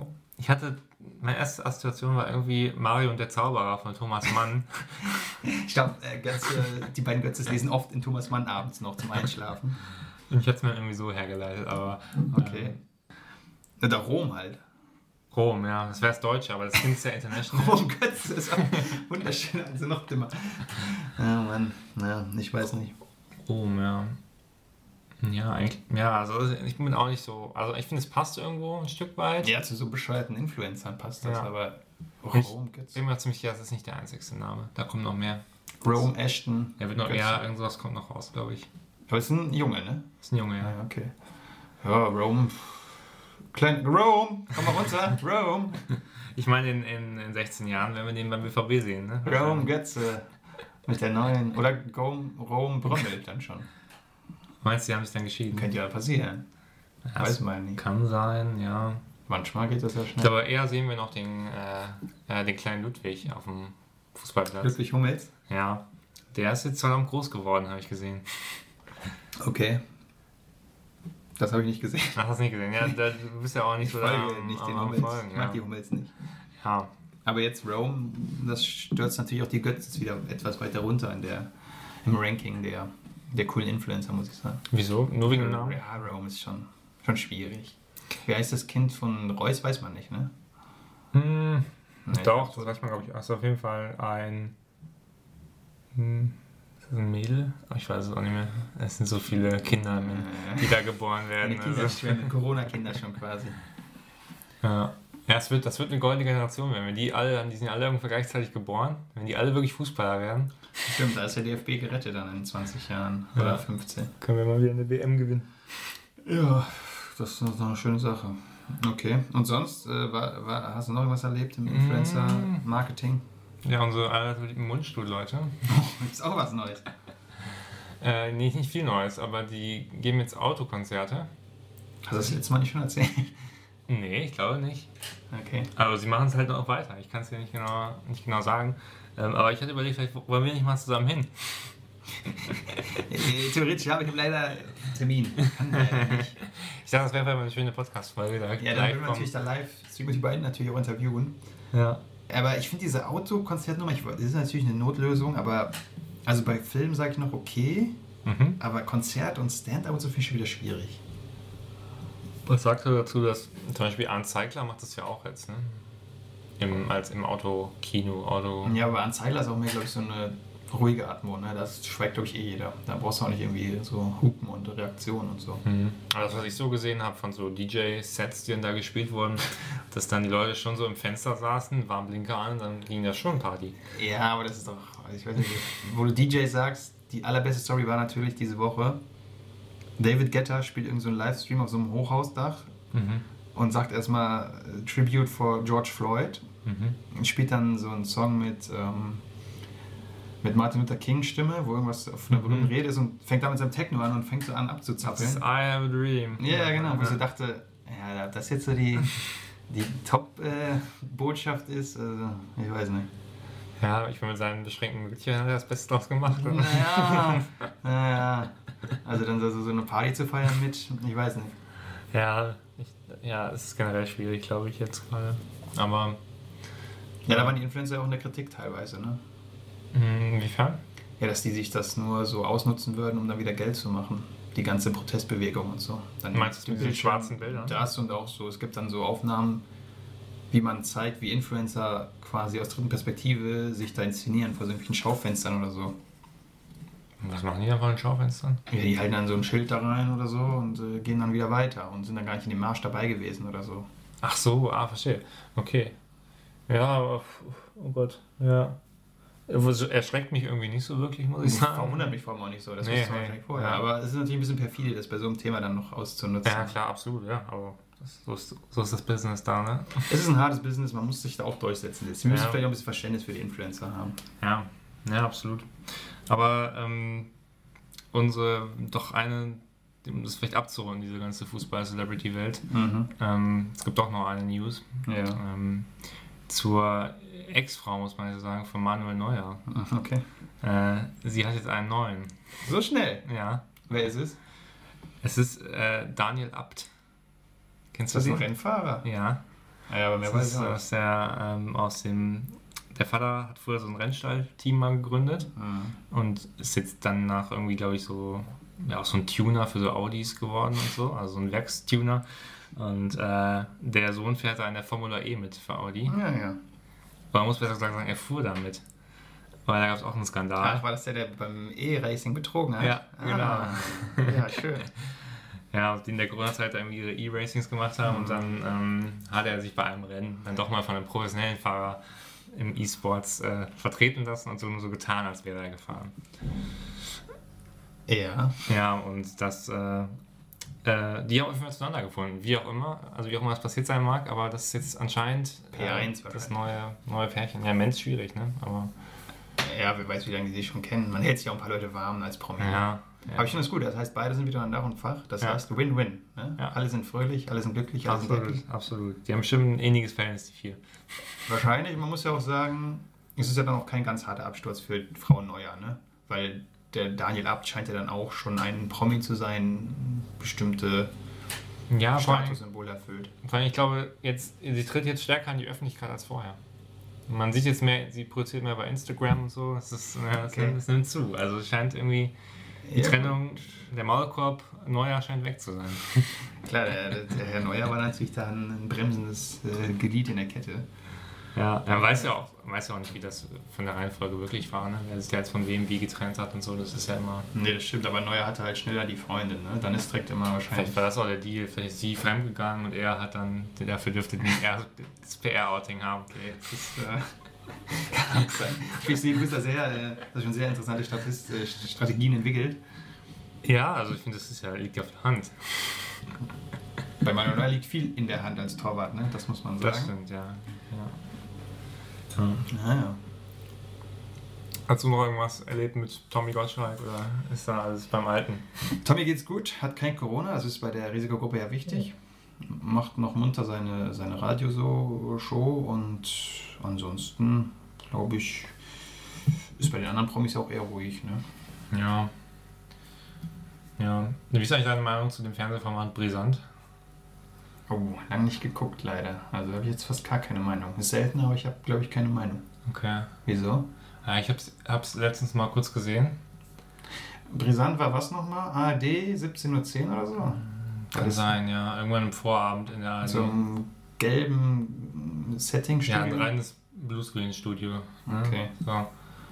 Meine erste Assoziation war irgendwie Mario und der Zauberer von Thomas Mann. Ich glaube, die beiden Götzes lesen oft in Thomas Mann abends noch zum Einschlafen. Und ich hätte es mir irgendwie so hergeleitet, aber... Okay. Oder Rom halt. Rom, ja. Das wäre das Deutsche, aber das Kind ist ja international. Rom Götze ist auch wunderschön, also noch dümmer. Ja, Mann. Ja, ich weiß nicht. Rom, ja. Ja, eigentlich, ja, also ich bin auch nicht so, also ich finde, es passt irgendwo ein Stück weit. Ja, zu so bescheuerten Influencern passt das, aber Rome Götze. Ich bin mir ziemlich sicher, das ist nicht der einzigste Name. Da kommt noch mehr. Rome Ashton. Ja, wird noch eher, irgendwas kommt noch raus, glaube ich. Aber es ist ein Junge, ne? Ist ein Junge, ja. Ja, okay. Ja, Rome. Rome, komm mal runter, Rome. Ich meine, in 16 Jahren werden wir den beim BVB sehen, ne? Rome Götze. Mit der neuen. Oder Rome Brömmelt dann schon. Meinst du, die haben sich dann geschieden? Könnte ja passieren. Ja, weiß man nicht. Kann sein, ja. Manchmal geht das ja schnell. Aber eher sehen wir noch den kleinen Ludwig auf dem Fußballplatz. Ludwig Hummels? Ja. Der ist jetzt verdammt groß geworden, habe ich gesehen. Okay. Das habe ich nicht gesehen. Ach, hast du nicht gesehen? Ja, du bist ja auch nicht so da nicht den Hummels. Folgen, ich mag die Hummels nicht. Ja. Aber jetzt Rome, das stürzt natürlich auch die Götzes wieder etwas weiter runter im Ranking der coolen Influencer, muss ich sagen. Wieso? Nur wegen dem Namen? Ja, Rome ist schon schwierig. Wie heißt das Kind von Reus? Weiß man nicht, ne? Nee, doch, das weiß man, glaube ich. Also auf jeden Fall ein... Ist das ein Mädel? Ich weiß es auch nicht mehr. Es sind so viele Kinder, die da geboren werden. Corona-Kinder schon quasi. Ja. Ja, das wird eine goldene Generation werden. Die sind ja alle irgendwie gleichzeitig geboren. Wenn die alle wirklich Fußballer werden. Stimmt, da ist der DFB gerettet dann in 20 Jahren oder 15. Können wir mal wieder eine WM gewinnen. Ja, das ist noch eine schöne Sache. Okay, und sonst, hast du noch irgendwas erlebt im Influencer-Marketing? Ja, unsere allerliebsten Mundstuhl-Leute. Gibt's auch was Neues? Nee, nicht viel Neues, aber die geben jetzt Autokonzerte. Hast du das letzte Mal nicht schon erzählt? Nee, ich glaube nicht. Okay. Aber sie machen es halt noch weiter. Ich kann es dir nicht genau sagen. Aber ich hatte überlegt, vielleicht wollen wir nicht mal zusammen hin. Theoretisch habe ich leider einen Termin. Kann nicht. Ich dachte, das wäre mal eine schöne Podcast-Folge. Ja, dann würden wir natürlich da live, deswegen die beiden natürlich auch interviewen. Ja. Aber ich finde diese Autokonzertnummer, das ist natürlich eine Notlösung, aber also bei Filmen sage ich noch okay, aber Konzert und Stand-up und so finde ich schon wieder schwierig. Was sagst du dazu, dass zum Beispiel Arndt Zeigler macht das ja auch jetzt, ne? Im Autokino, Ja, aber Arndt Zeigler ist auch mehr, glaube ich, so eine ruhige Atmo, ne? Das schweigt, glaube ich, jeder. Da brauchst du auch nicht irgendwie so Hupen und Reaktionen und so. Aber das, was ich so gesehen habe von so DJ-Sets, die dann da gespielt wurden, dass dann die Leute schon so im Fenster saßen, warm Blinker an, dann ging das schon Party. Ja, aber das ist doch, ich weiß nicht, wo du DJ sagst, die allerbeste Story war natürlich diese Woche, David Guetta spielt irgend so einen Livestream auf so einem Hochhausdach und sagt erstmal Tribute for George Floyd und spielt dann so einen Song mit Martin Luther King Stimme, wo irgendwas auf einer berühmten Rede ist und fängt dann mit seinem Techno an und fängt so an abzuzappeln. I have a dream. Ja, genau, wo ich so dachte, ja, das jetzt so die Top-Botschaft ist, also, ich weiß nicht. Ja, ich bin mit seinen beschränkten Möglichkeiten hat er das Beste draus gemacht. Oder? Naja. Also dann so eine Party zu feiern mit, ich weiß nicht. Ja, es ist generell schwierig, glaube ich, jetzt gerade. Aber. Ja, da waren die Influencer auch in der Kritik teilweise, ne? Inwiefern? Ja, dass die sich das nur so ausnutzen würden, um dann wieder Geld zu machen. Die ganze Protestbewegung und so. Dann meinst du mit diesen schwarzen Bildern? Das und auch so. Es gibt dann so Aufnahmen, wie man zeigt, wie Influencer quasi aus dritten Perspektive sich da inszenieren vor so irgendwelchen Schaufenstern oder so. Was machen die dann von den Schaufenstern? Ja, die halten dann so ein Schild da rein oder so und gehen dann wieder weiter und sind dann gar nicht in dem Marsch dabei gewesen oder so. Ach so, verstehe. Okay. Ja, oh Gott, ja. Erschreckt mich irgendwie nicht so wirklich, muss ich sagen. Verwundert mich vor allem auch nicht so, das wusste man wahrscheinlich vorher. Ja. Aber es ist natürlich ein bisschen perfide, das bei so einem Thema dann noch auszunutzen. Ja, klar, absolut, ja. Aber so ist das Business da, ne? Es ist ein hartes Business, man muss sich da auch durchsetzen. Sie müssen vielleicht auch ein bisschen Verständnis für die Influencer haben. Ja, absolut. Aber das ist vielleicht abzurunden, diese ganze Fußball-Celebrity-Welt. Es gibt doch noch eine News. Ja. Zur Ex-Frau, muss man ja sagen, von Manuel Neuer. Okay. Sie hat jetzt einen neuen. So schnell? Ja. Wer ist es? Es ist Daniel Abt. Kennst du das? den? Ist ein Rennfahrer? Ja. Ja, aber mehr weiß ich nicht. Der Vater hat früher so ein Rennstall-Team mal gegründet und ist jetzt dann nach irgendwie, glaube ich, auch so ein Tuner für so Audis geworden und so, also so ein Werkstuner. Und der Sohn fährt da in der Formula E mit für Audi. Ja. Aber man muss besser sagen, er fuhr damit. Weil da gab es auch einen Skandal. Ach, war das der beim E-Racing betrogen hat? Ja, genau. Ja, schön. Ja, die in der Corona-Zeit irgendwie ihre E-Racings gemacht haben und dann hat er sich bei einem Rennen dann doch mal von einem professionellen Fahrer im E-Sports vertreten lassen und so getan, als wäre er gefahren. Ja. Ja, und das, die haben öfter zueinander gefunden, wie auch immer das passiert sein mag, aber das ist jetzt anscheinend das neue Pärchen. Ja, Mensch schwierig, ne? Aber ja, wer weiß, wie lange die sich schon kennen. Man hält sich auch ein paar Leute warm als Promi. Ja. Aber ich finde das gut, das heißt, beide sind wieder an Dach und Fach. Das heißt Win-Win. Ne? Ja. Alle sind fröhlich, alle sind glücklich, alle sind happy. Absolut. Die haben bestimmt ein ähnliches Verhältnis, die vier. Wahrscheinlich, man muss ja auch sagen, es ist ja dann auch kein ganz harter Absturz für Frau Neuer, ne? Weil der Daniel Abt scheint ja dann auch schon ein Promi zu sein, bestimmte Statussymbole erfüllt. Vor allem, ich glaube, sie tritt jetzt stärker in die Öffentlichkeit als vorher. Man sieht jetzt mehr, sie produziert mehr bei Instagram und so, das nimmt zu. Also es scheint irgendwie die Trennung, der Maulkorb Neuer scheint weg zu sein. Klar, der Herr Neuer war natürlich da ein bremsendes Glied in der Kette. Ja, man weiß ja auch nicht, wie das von der Reihenfolge wirklich war, ne? Wer sich da jetzt von wem wie getrennt hat und so, das ist ja immer... Nee, das stimmt, aber Neuer hatte halt schneller die Freundin, ne? Dann ist direkt immer wahrscheinlich... Vielleicht war das auch der Deal, vielleicht ist sie fremdgegangen und er hat dann, dafür dürfte das PR-Outing haben. Okay. Das kann sein. Ich sehe, du bist da schon sehr interessante Strategien entwickelt. Ja, also ich finde, liegt auf der Hand. Bei Manuel Neuer liegt viel in der Hand als Torwart, ne? Das muss man sagen. Das stimmt, ja. Naja. Hast du noch irgendwas erlebt mit Tommy Gottschalk oder ist da alles beim Alten? Tommy geht's gut, hat kein Corona, das ist bei der Risikogruppe ja wichtig. Macht noch munter seine Radio-Show und ansonsten, glaube ich, ist bei den anderen Promis auch eher ruhig, ne? Ja. Wie ist eigentlich deine Meinung zu dem Fernsehformat Brisant? Oh, lange nicht geguckt, leider. Also habe ich jetzt fast gar keine Meinung. Ist selten, aber ich habe, glaube ich, keine Meinung. Okay. Wieso? Ja, ich hab's letztens mal kurz gesehen. Brisant war was nochmal? ARD 17:10 Uhr oder so? Kann sein, ja. Irgendwann im Vorabend in der ARD. So einem gelben Setting-Studio? Ja, ein reines Bluescreen-Studio. Okay. So.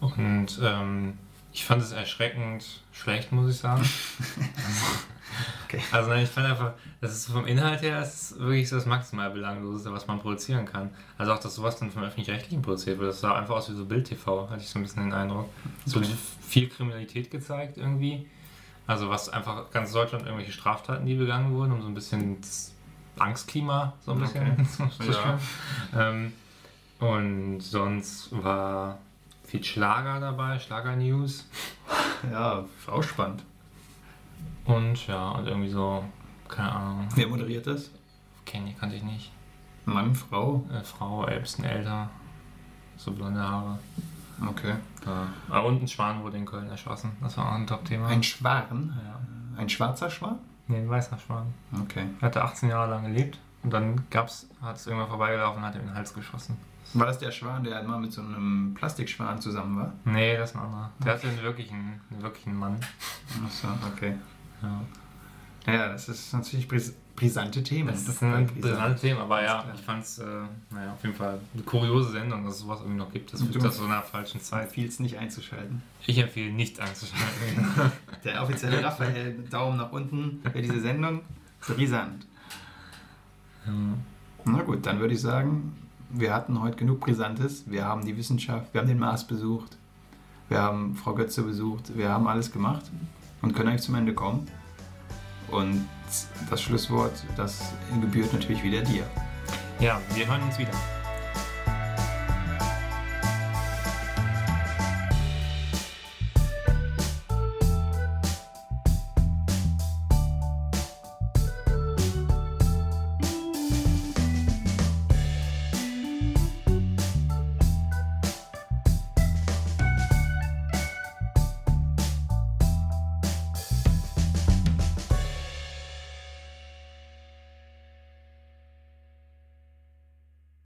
Und ich fand es erschreckend schlecht, muss ich sagen. Okay. Also nein, ich fand einfach, das ist vom Inhalt her, das ist wirklich so das maximal Belangloseste, was man produzieren kann. Also auch, dass sowas dann vom Öffentlich-Rechtlichen produziert wird, das sah einfach aus wie so Bild-TV, hatte ich so ein bisschen den Eindruck. So viel Kriminalität gezeigt irgendwie. Also was einfach ganz Deutschland, irgendwelche Straftaten, die begangen wurden, um so ein bisschen das Angstklima so ein bisschen zu spüren. Und sonst war viel Schlager dabei, Schlager-News. Ja, auch spannend. Und und irgendwie so, keine Ahnung. Wer moderiert das? Kannte ich nicht. Mann, Frau? Frau, ein bisschen älter. So blonde Haare. Okay. Ja. Und ein Schwan wurde in Köln erschossen. Das war auch ein Top-Thema. Ein Schwan? Ja. Ein schwarzer Schwan? Nee, ein weißer Schwan. Okay. Er hatte 18 Jahre lang gelebt und dann hat es irgendwann vorbeigelaufen und hat ihm in den Hals geschossen. War das der Schwan, der mal mit so einem Plastikschwan zusammen war? Nee, das ist ein anderer. Der hatte einen wirklichen Mann. Achso, okay. Ja. Ja, das ist natürlich brisante Themen. Das ist ein brisantes Thema, aber ja, ich fand es auf jeden Fall eine kuriose Sendung, dass es sowas irgendwie noch gibt. Das gibt das so in einer falschen Zeit. Empfiehlt es nicht einzuschalten. Ich empfehle nicht einzuschalten. Der offizielle Raphael, Daumen nach unten für diese Sendung. Brisant. Ja. Na gut, dann würde ich sagen, wir hatten heute genug Brisantes. Wir haben die Wissenschaft, wir haben den Mars besucht, wir haben Frau Götze besucht, wir haben alles gemacht und können eigentlich zum Ende kommen. Und das Schlusswort, das gebührt natürlich wieder dir. Ja, wir hören uns wieder.